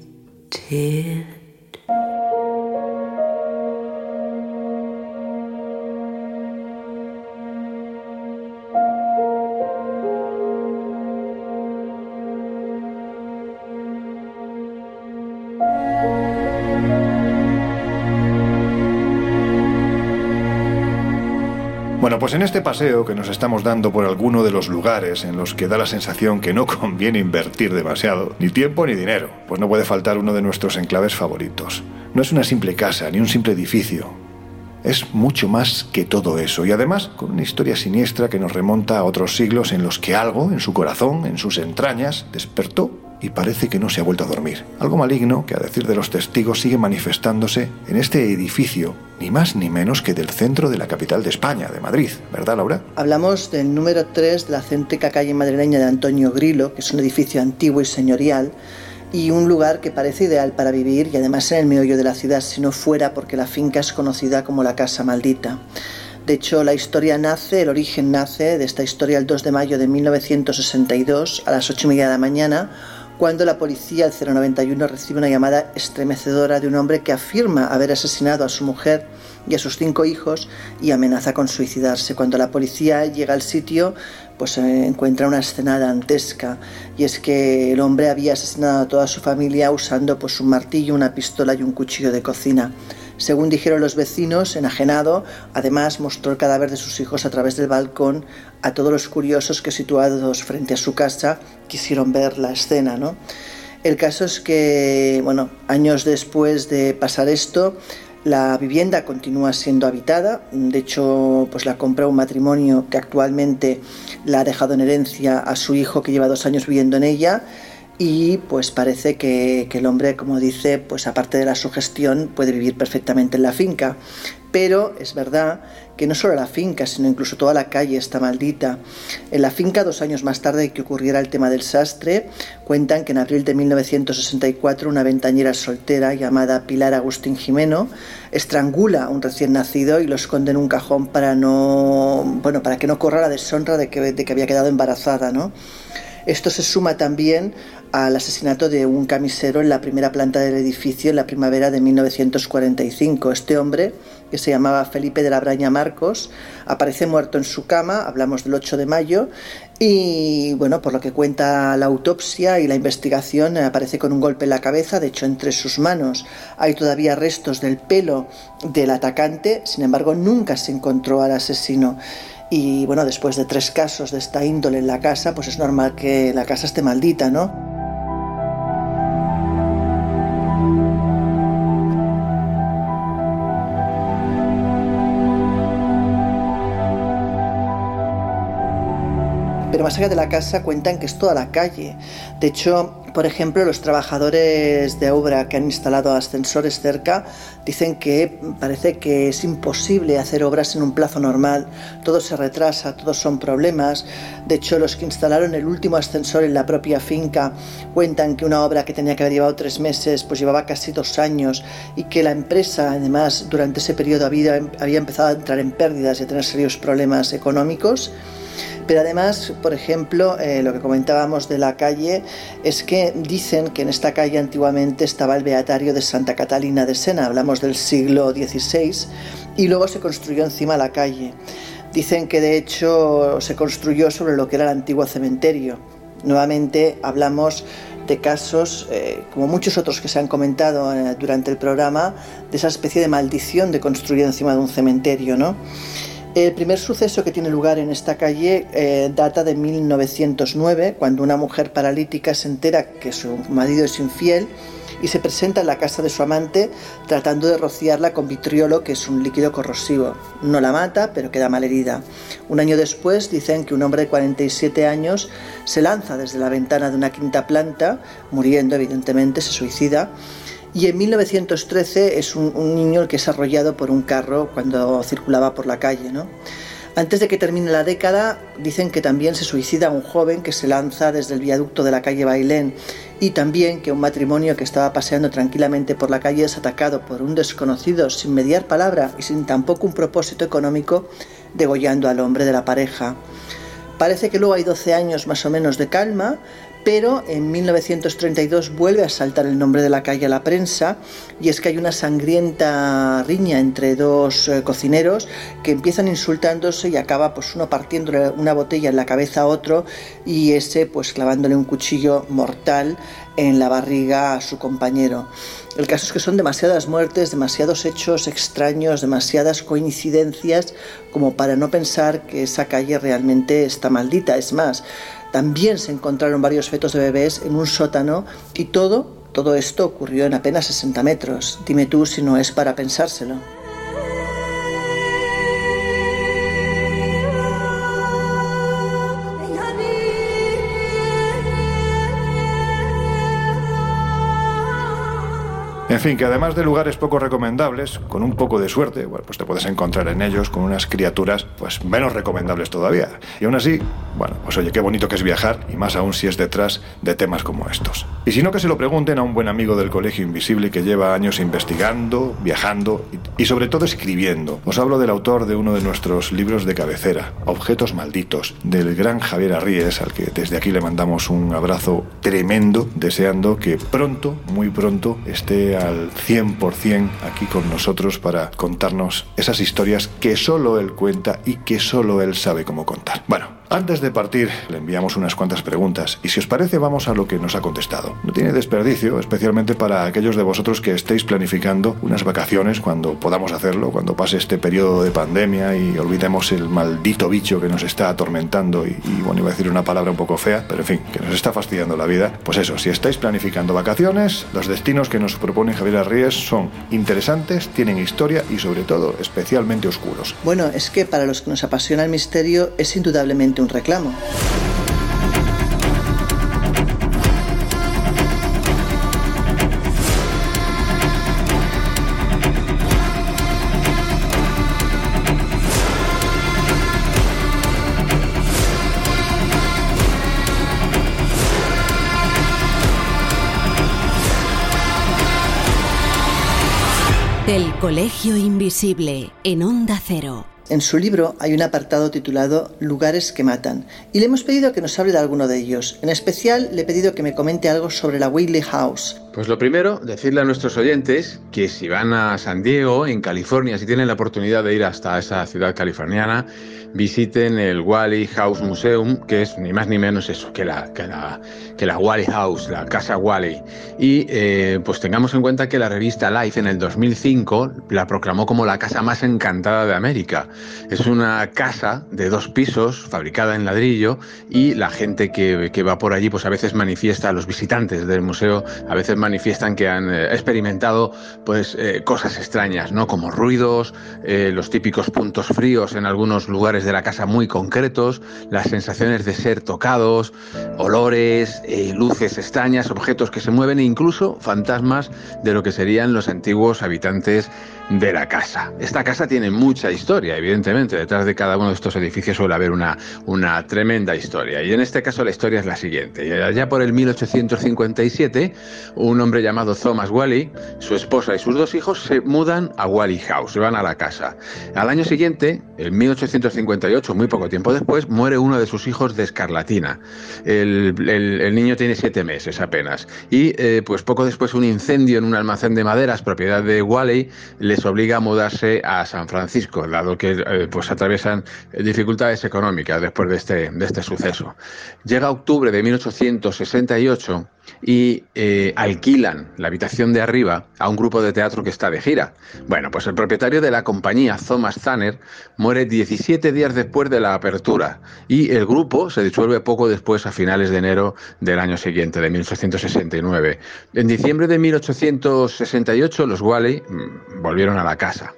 Bueno, pues en este paseo que nos estamos dando por alguno de los lugares en los que da la sensación que no conviene invertir demasiado, ni tiempo ni dinero, pues no puede faltar uno de nuestros enclaves favoritos. No es una simple casa, ni un simple edificio. es mucho más que todo eso, y además con una historia siniestra que nos remonta a otros siglos en los que algo en su corazón, en sus entrañas, despertó y parece que no se ha vuelto a dormir. Algo maligno que, a decir de los testigos, sigue manifestándose en este edificio, ni más ni menos que del centro de la capital de España, de Madrid, ¿verdad, Laura? Hablamos del número tres de la céntrica calle madrileña de Antonio Grilo, que es un edificio antiguo y señorial, y un lugar que parece ideal para vivir, y además en el meollo de la ciudad, si no fuera porque la finca es conocida como la Casa Maldita. De hecho, la historia nace, el origen nace de esta historia el dos de mayo de mil novecientos sesenta y dos, a las ocho y media de la mañana, cuando la policía del cero noventa y uno recibe una llamada estremecedora de un hombre que afirma haber asesinado a su mujer y a sus cinco hijos y amenaza con suicidarse. Cuando la policía llega al sitio, pues eh, encuentra una escena dantesca, y es que el hombre había asesinado a toda su familia usando pues un martillo, una pistola y un cuchillo de cocina. Según dijeron los vecinos, enajenado, además mostró el cadáver de sus hijos a través del balcón a todos los curiosos que, situados frente a su casa, quisieron ver la escena, ¿no? El caso es que, bueno, años después de pasar esto, la vivienda continúa siendo habitada. De hecho, pues la compra un matrimonio que actualmente la ha dejado en herencia a su hijo, que lleva dos años viviendo en ella. Y pues parece que, que el hombre, como dice, pues aparte de la sugestión, puede vivir perfectamente en la finca. Pero es verdad que no solo la finca, sino incluso toda la calle está maldita. En la finca, dos años más tarde de que ocurriera el tema del sastre, cuentan que en abril de mil novecientos sesenta y cuatro una ventañera soltera llamada Pilar Agustín Jimeno estrangula a un recién nacido y lo esconde en un cajón para no, bueno, para que no corra la deshonra de que, de que había quedado embarazada, ¿no? Esto se suma también al asesinato de un camisero en la primera planta del edificio en la primavera de mil novecientos cuarenta y cinco. Este hombre, que se llamaba Felipe de la Braña Marcos, aparece muerto en su cama, hablamos del ocho de mayo, y bueno, por lo que cuenta la autopsia y la investigación, aparece con un golpe en la cabeza. De hecho, entre sus manos hay todavía restos del pelo del atacante. Sin embargo, nunca se encontró al asesino. Y bueno, después de tres casos de esta índole en la casa, pues es normal que la casa esté maldita, ¿no? Pero más allá de la casa cuentan que es toda la calle. De hecho, por ejemplo, los trabajadores de obra que han instalado ascensores cerca dicen que parece que es imposible hacer obras en un plazo normal. Todo se retrasa, todos son problemas. De hecho, los que instalaron el último ascensor en la propia finca cuentan que una obra que tenía que haber llevado tres meses, pues llevaba casi dos años, y que la empresa, además, durante ese periodo había, había empezado a entrar en pérdidas y a tener serios problemas económicos. Pero además, por ejemplo, eh, lo que comentábamos de la calle es que dicen que en esta calle antiguamente estaba el beatario de Santa Catalina de Sena, hablamos del siglo dieciséis, y luego se construyó encima la calle. Dicen que de hecho se construyó sobre lo que era el antiguo cementerio. Nuevamente hablamos de casos, eh, como muchos otros que se han comentado eh, durante el programa, de esa especie de maldición de construir encima de un cementerio, ¿no? El primer suceso que tiene lugar en esta calle eh, data de mil novecientos nueve, cuando una mujer paralítica se entera que su marido es infiel y se presenta en la casa de su amante tratando de rociarla con vitriolo, que es un líquido corrosivo. No la mata, pero queda malherida. Un año después dicen que un hombre de cuarenta y siete años se lanza desde la ventana de una quinta planta, muriendo evidentemente, se suicida. Y en mil novecientos trece es un, un niño el que es arrollado por un carro cuando circulaba por la calle, ¿no? Antes de que termine la década, dicen que también se suicida un joven que se lanza desde el viaducto de la calle Bailén, y también que un matrimonio que estaba paseando tranquilamente por la calle es atacado por un desconocido sin mediar palabra y sin tampoco un propósito económico, degollando al hombre de la pareja. Parece que luego hay doce años más o menos de calma, pero en mil novecientos treinta y dos vuelve a saltar el nombre de la calle a la prensa, y es que hay una sangrienta riña entre dos eh, cocineros que empiezan insultándose y acaba pues uno partiéndole una botella en la cabeza a otro y ese pues clavándole un cuchillo mortal en la barriga a su compañero. El caso es que son demasiadas muertes, demasiados hechos extraños, demasiadas coincidencias como para no pensar que esa calle realmente está maldita. Es más, también se encontraron varios fetos de bebés en un sótano y todo, todo esto ocurrió en apenas sesenta metros. Dime tú si no es para pensárselo. En fin, que además de lugares poco recomendables, con un poco de suerte, bueno, pues te puedes encontrar en ellos con unas criaturas pues menos recomendables todavía. Y aún así, bueno, pues oye, qué bonito que es viajar, y más aún si es detrás de temas como estos. Y si no, que se lo pregunten a un buen amigo del Colegio Invisible que lleva años investigando, viajando y, y sobre todo escribiendo. Os hablo del autor de uno de nuestros libros de cabecera, Objetos Malditos, del gran Javier Arríes, al que desde aquí le mandamos un abrazo tremendo, deseando que pronto, muy pronto, esté al cien por ciento aquí con nosotros para contarnos esas historias que solo él cuenta y que solo él sabe cómo contar. Bueno, antes de partir le enviamos unas cuantas preguntas y si os parece vamos a lo que nos ha contestado. No tiene desperdicio, especialmente para aquellos de vosotros que estéis planificando unas vacaciones cuando podamos hacerlo, cuando pase este periodo de pandemia y olvidemos el maldito bicho que nos está atormentando y, y bueno, iba a decir una palabra un poco fea, pero en fin, que nos está fastidiando la vida. Pues eso, si estáis planificando vacaciones, los destinos que nos propone Javier Arríes son interesantes, tienen historia y sobre todo especialmente oscuros. Bueno, es que para los que nos apasiona el misterio es indudablemente un reclamo. El Colegio Invisible, en Onda Cero. En su libro hay un apartado titulado Lugares que matan y le hemos pedido que nos hable de alguno de ellos. En especial le he pedido que me comente algo sobre la Whaley House. Pues lo primero, decirle a nuestros oyentes que si van a San Diego, en California, si tienen la oportunidad de ir hasta esa ciudad californiana, visiten el Whaley House Museum, que es ni más ni menos eso, que la, que la, que la Whaley House, la casa Whaley. Y eh, pues tengamos en cuenta que la revista Life en el dos mil cinco la proclamó como la casa más encantada de América. Es una casa de dos pisos, fabricada en ladrillo, y la gente que, que va por allí pues a veces manifiesta, los visitantes del museo a veces manifiestan que han eh, experimentado pues eh, cosas extrañas, ¿no? Como ruidos, eh, los típicos puntos fríos en algunos lugares de la casa muy concretos, las sensaciones de ser tocados, olores, eh, luces extrañas, objetos que se mueven e incluso fantasmas de lo que serían los antiguos habitantes de la casa. Esta casa tiene mucha historia, evidentemente, detrás de cada uno de estos edificios suele haber una, una tremenda historia, y en este caso la historia es la siguiente. Allá por el mil ochocientos cincuenta y siete, un hombre llamado Thomas Whaley, su esposa y sus dos hijos se mudan a Whaley House, se van a la casa. Al año siguiente, en mil ochocientos cincuenta y ocho, muy poco tiempo después, muere uno de sus hijos de escarlatina. El, el, el niño tiene siete meses apenas, y eh, pues poco después un incendio en un almacén de maderas, propiedad de Whaley, les obliga a mudarse a San Francisco, dado que eh, pues atraviesan dificultades económicas después de este, de este suceso. Llega octubre de mil ochocientos sesenta y ocho y eh, alquilan la habitación de arriba a un grupo de teatro que está de gira. Bueno, pues el propietario de la compañía, Thomas Thaner, muere diecisiete días después de la apertura y el grupo se disuelve poco después, a finales de enero del año siguiente, de mil ochocientos sesenta y nueve. En diciembre de mil ochocientos sesenta y ocho los Whaley mmm, volvieron a la casa.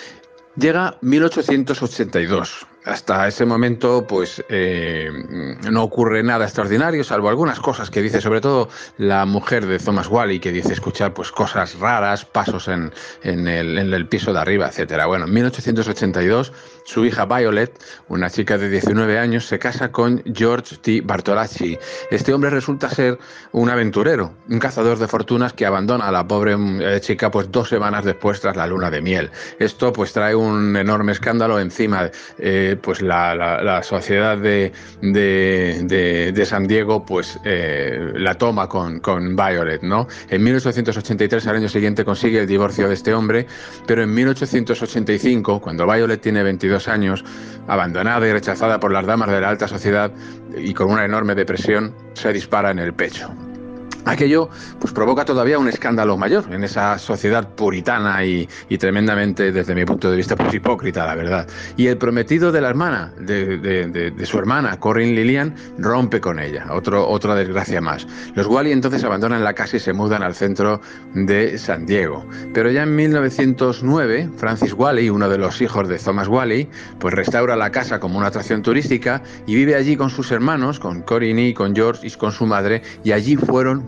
Llega mil ochocientos ochenta y dos. Hasta ese momento, pues eh, no ocurre nada extraordinario, salvo algunas cosas que dice, sobre todo la mujer de Thomas Whaley, que dice escuchar pues cosas raras, pasos en, en, el, en el piso de arriba, etcétera. Bueno, en mil ochocientos ochenta y dos, su hija Violet, una chica de diecinueve años, se casa con George T. Bartolacci. Este hombre resulta ser un aventurero, un cazador de fortunas que abandona a la pobre eh, chica pues dos semanas después, tras la luna de miel. Esto pues trae un enorme escándalo encima. Eh, pues la, la, la sociedad de, de, de, de San Diego pues eh, la toma con, con Violet, ¿no? En mil ochocientos ochenta y tres, al año siguiente, consigue el divorcio de este hombre, pero en mil ochocientos ochenta y cinco, cuando Violet tiene veintidós años, abandonada y rechazada por las damas de la alta sociedad y con una enorme depresión, se dispara en el pecho. Aquello pues provoca todavía un escándalo mayor en esa sociedad puritana y, y tremendamente, desde mi punto de vista, pues hipócrita, la verdad. Y el prometido de la hermana, de, de, de, de su hermana, Corinne Lillian, rompe con ella. Otro, otra desgracia más. Los Whaley entonces abandonan la casa y se mudan al centro de San Diego. Pero ya en mil novecientos nueve, Francis Whaley, uno de los hijos de Thomas Whaley, pues restaura la casa como una atracción turística y vive allí con sus hermanos, con Corinne y con George y con su madre, y allí fueron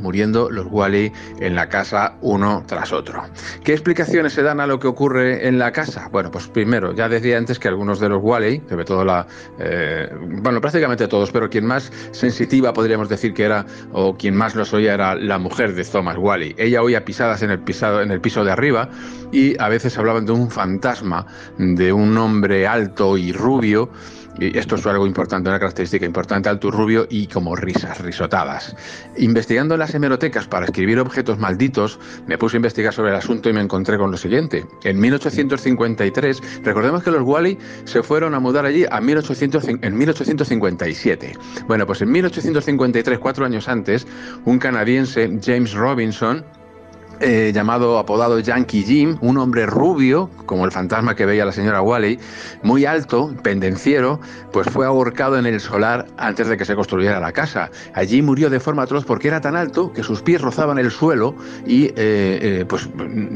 muriendo los Whalley en la casa uno tras otro. ¿Qué explicaciones se dan a lo que ocurre en la casa? Bueno, pues primero, ya decía antes que algunos de los Whalley, sobre todo la, eh, bueno, prácticamente todos, pero quien más sensitiva podríamos decir que era, o quien más los oía, era la mujer de Thomas Whalley. Ella oía pisadas en el, pisado, en el piso de arriba y a veces hablaban de un fantasma, de un hombre alto y rubio. Y esto es algo importante, una característica importante, alto y rubio y como risas, risotadas. Investigando en las hemerotecas para escribir objetos malditos, me puse a investigar sobre el asunto y me encontré con lo siguiente. En mil ochocientos cincuenta y tres, recordemos que los Whalley se fueron a mudar allí a mil ochocientos, en mil ochocientos cincuenta y siete. Bueno, pues en mil ochocientos cincuenta y tres, cuatro años antes, un canadiense, James Robinson, Eh, llamado, apodado Yankee Jim, un hombre rubio, como el fantasma que veía la señora Whalley, muy alto, pendenciero, pues fue ahorcado en el solar antes de que se construyera la casa. Allí murió de forma atroz porque era tan alto que sus pies rozaban el suelo y eh, eh, pues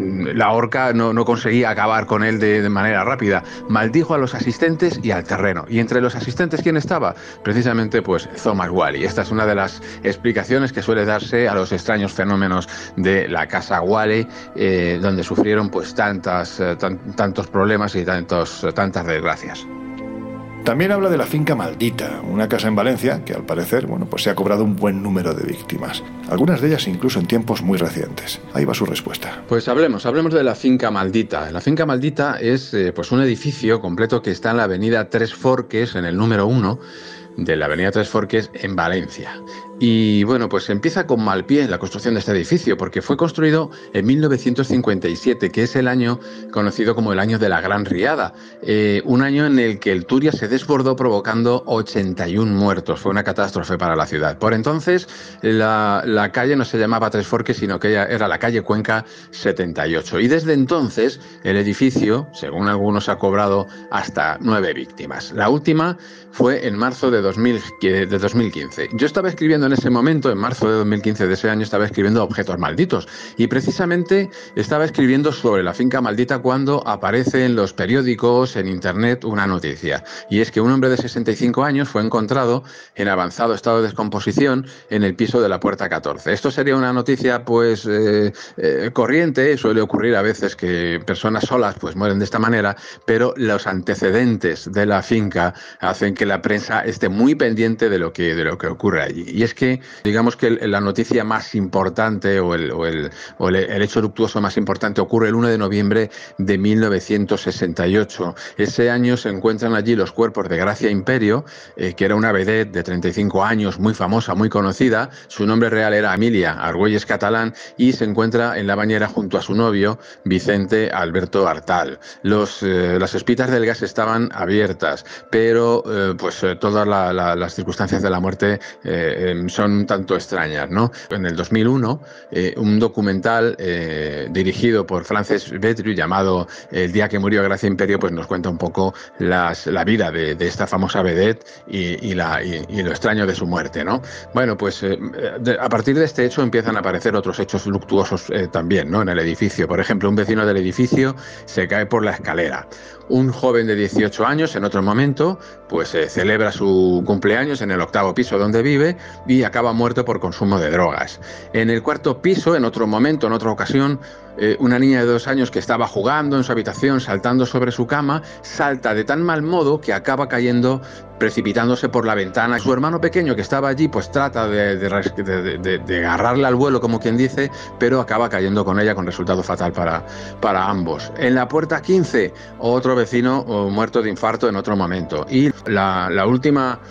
la horca no, no conseguía acabar con él de, de manera rápida. Maldijo a los asistentes y al terreno. Y entre los asistentes, ¿quién estaba? Precisamente pues Thomas Whalley. Esta es una de las explicaciones que suele darse a los extraños fenómenos de la casa Whalley, eh, donde sufrieron pues tantas, eh, tan, tantos problemas y tantos, tantas desgracias. También habla de la finca maldita, una casa en Valencia que al parecer, bueno, pues se ha cobrado un buen número de víctimas, algunas de ellas incluso en tiempos muy recientes. Ahí va su respuesta. Pues hablemos, hablemos de la finca maldita. La finca maldita es eh, pues un edificio completo que está en la avenida Tres Forques, en el número uno de la avenida Tres Forques en Valencia. Y bueno, pues empieza con mal pie la construcción de este edificio, porque fue construido en mil novecientos cincuenta y siete, que es el año conocido como el año de la Gran Riada, eh, un año en el que el Turia se desbordó provocando ochenta y uno muertos. Fue una catástrofe para la ciudad. Por entonces, la, la calle no se llamaba Tres Forques, sino que era la calle Cuenca setenta y ocho. Y desde entonces, el edificio, según algunos, ha cobrado hasta nueve víctimas. La última fue en marzo de, dos mil, de dos mil quince. Yo estaba escribiendo en ese momento, en marzo de dos mil quince de ese año, estaba escribiendo Objetos Malditos y precisamente estaba escribiendo sobre la finca maldita cuando aparece en los periódicos, en internet, una noticia, y es que un hombre de sesenta y cinco años fue encontrado en avanzado estado de descomposición en el piso de la Puerta catorce. Esto sería una noticia pues eh, eh, corriente, suele ocurrir a veces que personas solas pues mueren de esta manera, pero los antecedentes de la finca hacen que la prensa esté muy pendiente de lo que, de lo que ocurre allí. Y es que, digamos que la noticia más importante o el, o el, o el, el hecho luctuoso más importante ocurre el uno de noviembre de mil novecientos sesenta y ocho. Ese año se encuentran allí los cuerpos de Gracia Imperio, eh, que era una vedette de treinta y cinco años, muy famosa, muy conocida. Su nombre real era Emilia Argüelles Catalán y se encuentra en la bañera junto a su novio, Vicente Alberto Artal. Los, eh, las espitas del gas estaban abiertas, pero eh, pues eh, todas la, la, las circunstancias de la muerte eh, eh, son un tanto extrañas, ¿no? En el dos mil uno, eh, un documental eh, dirigido por Frances Betriu llamado El día que murió Gracia Imperio, pues nos cuenta un poco las, la vida de, de esta famosa vedette y, y, la, y, y lo extraño de su muerte, ¿no? Bueno, pues eh, de, a partir de este hecho empiezan a aparecer otros hechos luctuosos eh, también, ¿no? En el edificio. Por ejemplo, un vecino del edificio se cae por la escalera. Un joven de dieciocho años, en otro momento, pues eh, celebra su cumpleaños en el octavo piso donde vive y acaba muerto por consumo de drogas. En el cuarto piso, en otro momento, en otra ocasión, eh, una niña de dos años que estaba jugando en su habitación, saltando sobre su cama, salta de tan mal modo que acaba cayendo, precipitándose por la ventana. Su hermano pequeño que estaba allí pues trata de, de, de, de, de agarrarla al vuelo, como quien dice, pero acaba cayendo con ella con resultado fatal para, para ambos. En la puerta quince, otro vecino oh, muerto de infarto en otro momento. Y la, la última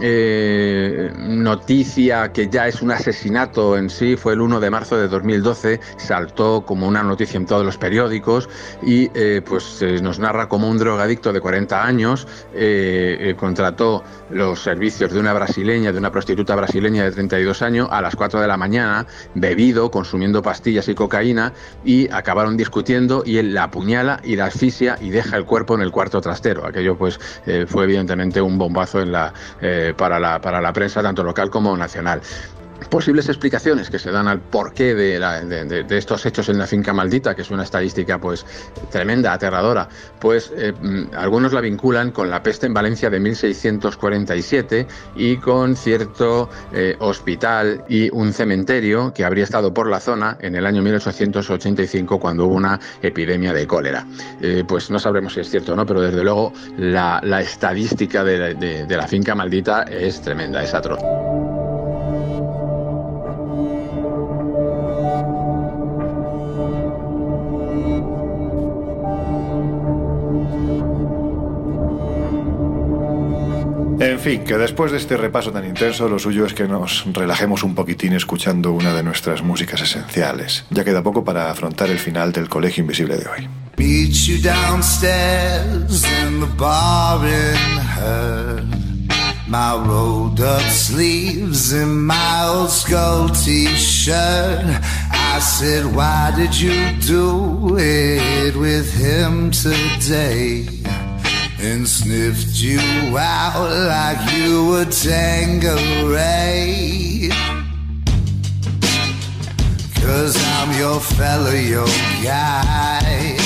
eh, noticia, que ya es un asesinato en sí, fue el uno de marzo de dos mil doce, saltó como una noticia en todos los periódicos y eh, pues eh, nos narra cómo un drogadicto de cuarenta años eh, eh, contrató los servicios de una brasileña, de una prostituta brasileña de treinta y dos años a las cuatro de la mañana, bebido, consumiendo pastillas y cocaína, y acabaron discutiendo y él la apuñala y la asfixia y deja el cuerpo en el cuarto trastero. Aquello pues eh, fue evidentemente un bombazo en la, eh, para, la, para la prensa tanto local como nacional. posibles explicaciones que se dan al porqué de, la, de, de, de estos hechos en la finca maldita, que es una estadística pues tremenda, aterradora, pues eh, algunos la vinculan con la peste en Valencia de mil seiscientos cuarenta y siete y con cierto eh, hospital y un cementerio que habría estado por la zona en el año mil ochocientos ochenta y cinco cuando hubo una epidemia de cólera. Eh, pues no sabremos si es cierto o no, pero desde luego la, la estadística de, de, de la finca maldita es tremenda, es atroz. En fin, que después de este repaso tan intenso, lo suyo es que nos relajemos un poquitín escuchando una de nuestras músicas esenciales. Ya queda poco para afrontar el final del Colegio Invisible de hoy. Meet you downstairs in the bar in her. My rolled up sleeves and my old skull t-shirt. I said, why did you do it with him today? And sniffed you out like you were Tanqueray. 'Cause I'm your fella, your guy.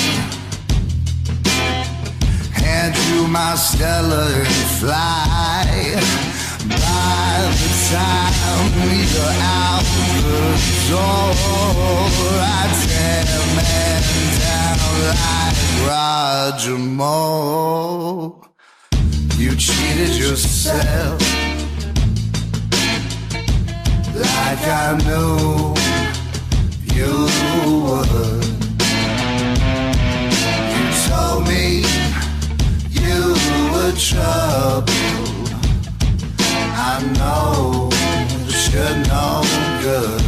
Hand you my Stella and fly. By the time you're out the door, I tear man down like Roger Moore. You cheated yourself like I knew you would. You told me you were trouble. I know you're no good.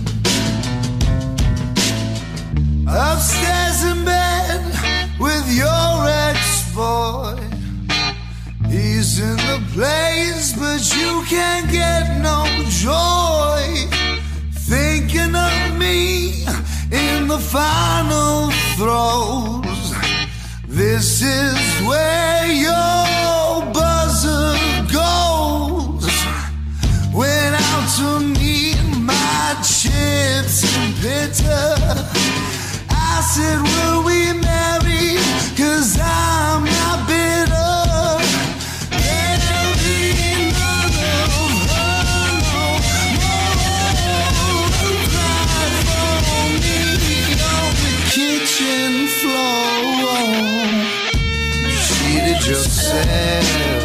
Upstairs in bed with your ex-boy. He's in the place, but you can't get no joy. Thinking of me in the final throes. This is where your buzzer goes. Went out to meet my chips and bitter. I said, will we marry? 'Cause I'm not bitter. There'll be none of her no more. Cry for me on the kitchen floor. Cheated yourself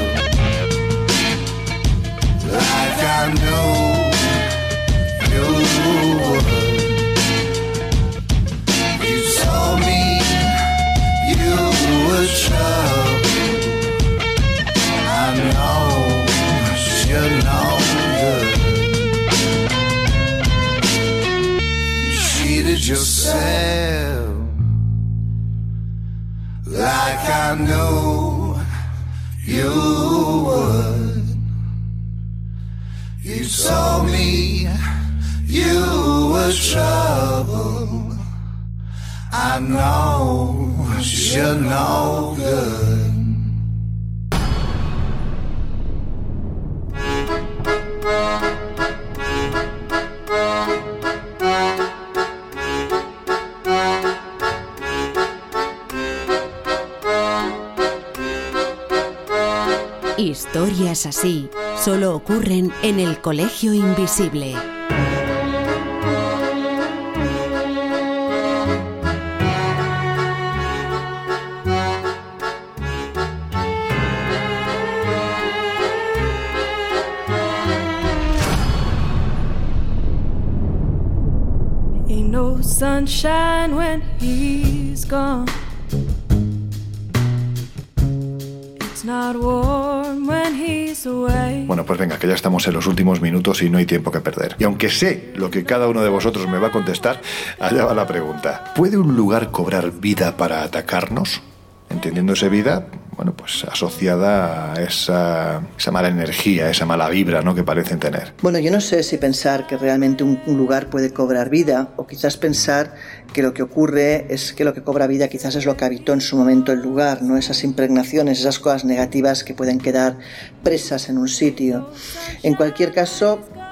like I know you would. You told me you were trouble. I know you're no good. You cheated yourself like I knew you would. You told me you were trouble. I know you're no good. Historias así solo ocurren en el Colegio Invisible. Ain't no sunshine when he's gone. It's not warm when he's away. Bueno, pues venga, que ya estamos en los últimos minutos y no hay tiempo que perder. Y aunque sé lo que cada uno de vosotros me va a contestar, allá va la pregunta. ¿Puede un lugar cobrar vida para atacarnos? Entendiéndose vida, bueno, pues asociada a esa, esa mala energía, esa mala vibra, ¿no?, que parecen tener. Bueno, yo no sé si pensar que realmente un, un lugar puede cobrar vida, o quizás pensar que lo que ocurre es que lo que cobra vida quizás es lo que habitó en su momento el lugar, ¿no? Esas impregnaciones, esas cosas negativas que pueden quedar presas en un sitio. En cualquier caso,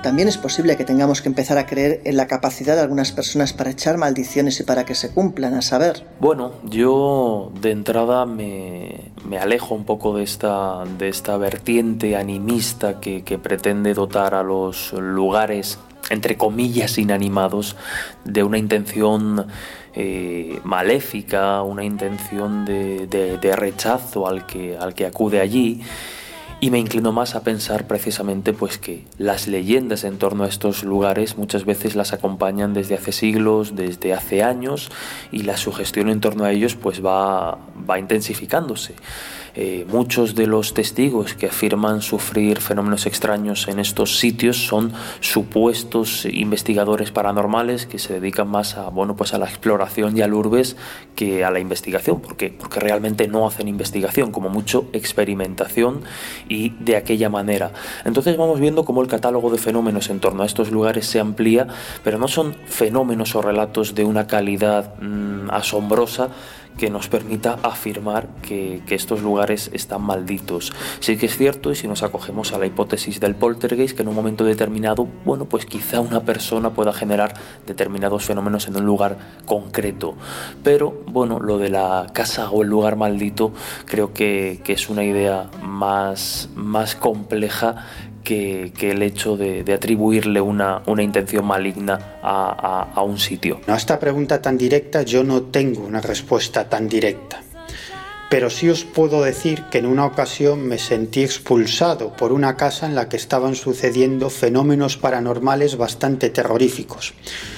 también es posible que tengamos que empezar a creer en la capacidad de algunas personas para echar maldiciones y para que se cumplan, a saber. Bueno, yo de entrada me, me alejo un poco de esta, de esta vertiente animista que, que pretende dotar a los lugares, entre comillas, inanimados, de una intención eh, maléfica, una intención de, de, de rechazo al que, al que acude allí. Y me inclino más a pensar precisamente pues que las leyendas en torno a estos lugares muchas veces las acompañan desde hace siglos, desde hace años, y la sugestión en torno a ellos pues va, va intensificándose. Eh, muchos de los testigos que afirman sufrir fenómenos extraños en estos sitios son supuestos investigadores paranormales que se dedican más a, bueno, pues a la exploración y al urbes que a la investigación. ¿Por qué? Porque realmente no hacen investigación, como mucho experimentación, y de aquella manera. Entonces vamos viendo cómo el catálogo de fenómenos en torno a estos lugares se amplía, pero no son fenómenos o relatos de una calidad mmm, asombrosa que nos permita afirmar que, que estos lugares están malditos. Sí que es cierto, y si nos acogemos a la hipótesis del poltergeist, que en un momento determinado, bueno, pues quizá una persona pueda generar determinados fenómenos en un lugar concreto. Pero, bueno, lo de la casa o el lugar maldito creo que, que es una idea más, más compleja Que, que el hecho de, de atribuirle una, una intención maligna a, a, a un sitio. A esta pregunta tan directa yo no tengo una respuesta tan directa, pero sí os puedo decir que en una ocasión me sentí expulsado por una casa en la que estaban sucediendo fenómenos paranormales bastante terroríficos.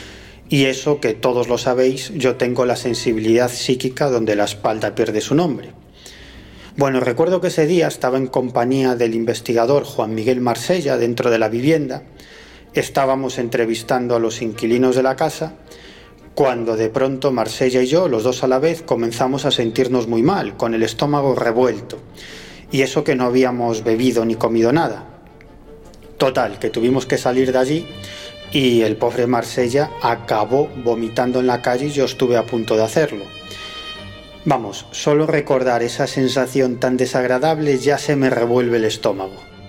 Y eso, que todos lo sabéis, yo tengo la sensibilidad psíquica donde la espalda pierde su nombre. Bueno, recuerdo que ese día estaba en compañía del investigador Juan Miguel Marsella dentro de la vivienda. Estábamos entrevistando a los inquilinos de la casa cuando de pronto Marsella y yo, los dos a la vez, comenzamos a sentirnos muy mal, con el estómago revuelto. Y eso que no habíamos bebido ni comido nada. Total, que tuvimos que salir de allí y el pobre Marsella acabó vomitando en la calle y yo estuve a punto de hacerlo. Vamos, solo recordar esa sensación tan desagradable ya se me revuelve el estómago.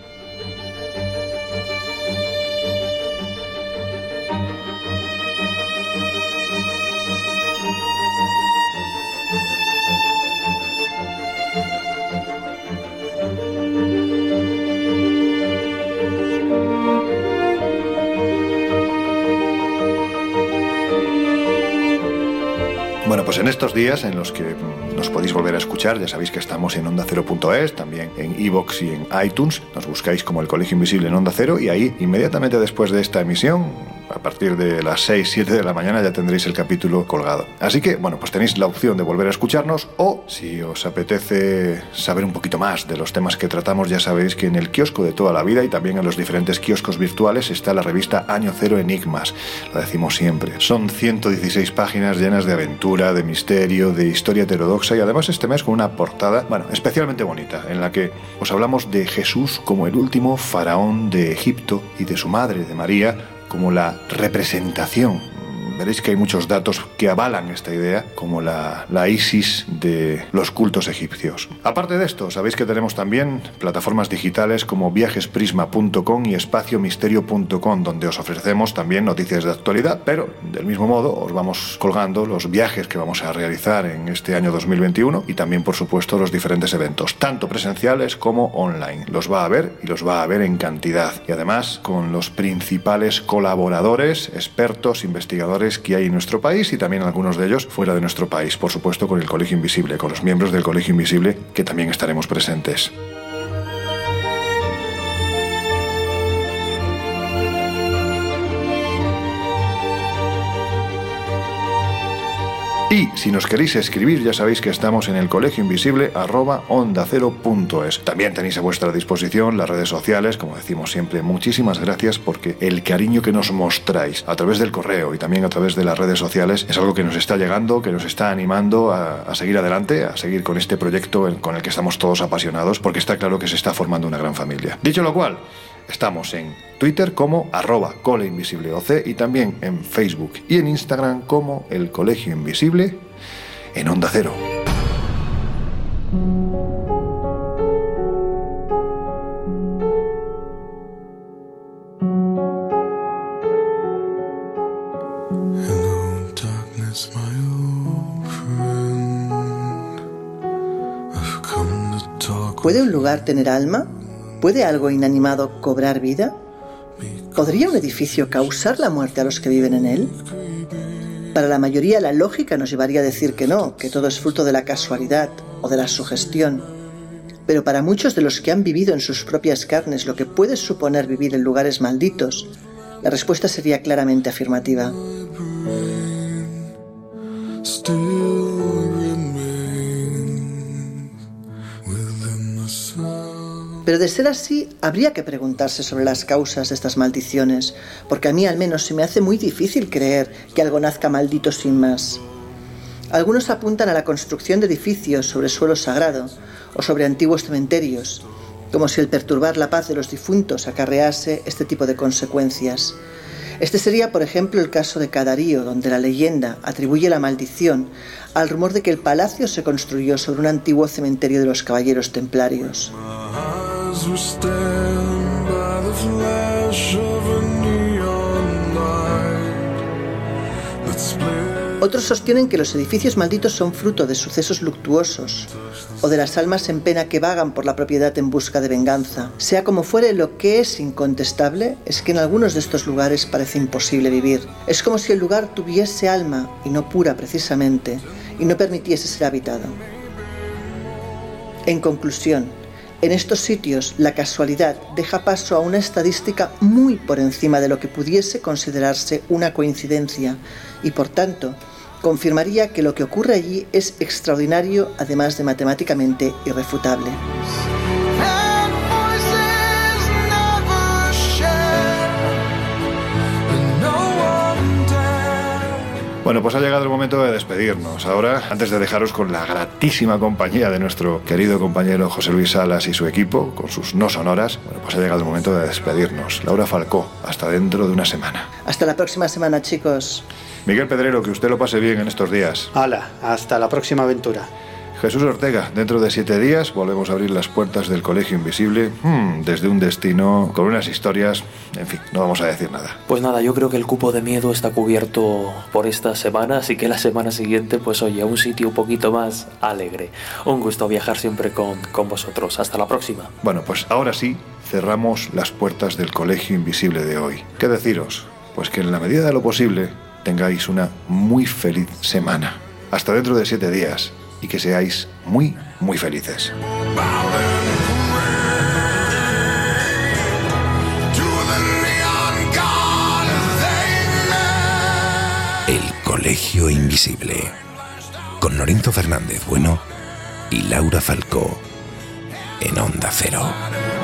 Bueno, pues en estos días en los que nos podéis volver a escuchar, ya sabéis que estamos en onda cero punto es, también en iVoox y en iTunes, nos buscáis como El Colegio Invisible en Onda Cero, y ahí inmediatamente después de esta emisión, a partir de las seis, siete de la mañana, ya tendréis el capítulo colgado. Así que, bueno, pues tenéis la opción de volver a escucharnos, o si os apetece saber un poquito más de los temas que tratamos, ya sabéis que en el kiosco de toda la vida y también en los diferentes kioscos virtuales está la revista Año Cero Enigmas. Lo decimos siempre. Son ciento dieciséis páginas llenas de aventura, de misterio, de historia heterodoxa, y además este mes con una portada, bueno, especialmente bonita, en la que os hablamos de Jesús como el último faraón de Egipto y de su madre, de María, como la representación. Veréis que hay muchos datos que avalan esta idea, como la, la Isis de los cultos egipcios. Aparte de esto, sabéis que tenemos también plataformas digitales como viajes prisma punto com y espacio misterio punto com, donde os ofrecemos también noticias de actualidad, pero del mismo modo os vamos colgando los viajes que vamos a realizar en este año dos mil veintiuno y también, por supuesto, los diferentes eventos, tanto presenciales como online. Los va a haber y los va a haber en cantidad. Y además con los principales colaboradores, expertos, investigadores que hay en nuestro país y también algunos de ellos fuera de nuestro país, por supuesto con el Colegio Invisible, con los miembros del Colegio Invisible que también estaremos presentes. Y si nos queréis escribir, ya sabéis que estamos en el colegio invisible arroba onda cero punto es. También tenéis a vuestra disposición las redes sociales, como decimos siempre. Muchísimas gracias, porque el cariño que nos mostráis a través del correo y también a través de las redes sociales es algo que nos está llegando, que nos está animando a, a seguir adelante, a seguir con este proyecto con el que estamos todos apasionados, porque está claro que se está formando una gran familia. Dicho lo cual, estamos en Twitter como arroba coleinvisibleoc y también en Facebook y en Instagram como El Colegio Invisible en Onda Cero. ¿Puede un lugar tener alma? ¿Puede algo inanimado cobrar vida? ¿Podría un edificio causar la muerte a los que viven en él? Para la mayoría la lógica nos llevaría a decir que no, que todo es fruto de la casualidad o de la sugestión. Pero para muchos de los que han vivido en sus propias carnes lo que puede suponer vivir en lugares malditos, la respuesta sería claramente afirmativa. Pero de ser así, habría que preguntarse sobre las causas de estas maldiciones, porque a mí al menos se me hace muy difícil creer que algo nazca maldito sin más. Algunos apuntan a la construcción de edificios sobre suelo sagrado o sobre antiguos cementerios, como si el perturbar la paz de los difuntos acarrease este tipo de consecuencias. Este sería, por ejemplo, el caso de Cadarío, donde la leyenda atribuye la maldición al rumor de que el palacio se construyó sobre un antiguo cementerio de los caballeros templarios. Otros sostienen que los edificios malditos son fruto de sucesos luctuosos o de las almas en pena que vagan por la propiedad en busca de venganza. Sea como fuere, lo que es incontestable es que en algunos de estos lugares parece imposible vivir. Es como si el lugar tuviese alma, y no pura precisamente, y no permitiese ser habitado. En conclusión, en estos sitios la casualidad deja paso a una estadística muy por encima de lo que pudiese considerarse una coincidencia y, por tanto, confirmaría que lo que ocurre allí es extraordinario, además de matemáticamente irrefutable. Bueno, pues ha llegado el momento de despedirnos. Ahora, antes de dejaros con la gratísima compañía de nuestro querido compañero José Luis Salas y su equipo, con sus no sonoras, bueno, pues ha llegado el momento de despedirnos. Laura Falcó, hasta dentro de una semana. Hasta la próxima semana, chicos. Miguel Pedrero, que usted lo pase bien en estos días. Hala, hasta la próxima aventura. Jesús Ortega, dentro de siete días volvemos a abrir las puertas del Colegio Invisible hmm, desde un destino con unas historias, en fin, no vamos a decir nada. Pues nada, yo creo que el cupo de miedo está cubierto por esta semana, así que la semana siguiente, pues oye, a un sitio un poquito más alegre. Un gusto viajar siempre con, con vosotros. Hasta la próxima. Bueno, pues ahora sí, cerramos las puertas del Colegio Invisible de hoy. ¿Qué deciros? Pues que en la medida de lo posible tengáis una muy feliz semana. Hasta dentro de siete días. Y que seáis muy, muy felices. El Colegio Invisible, con Lorenzo Fernández Bueno y Laura Falcó, en Onda Cero.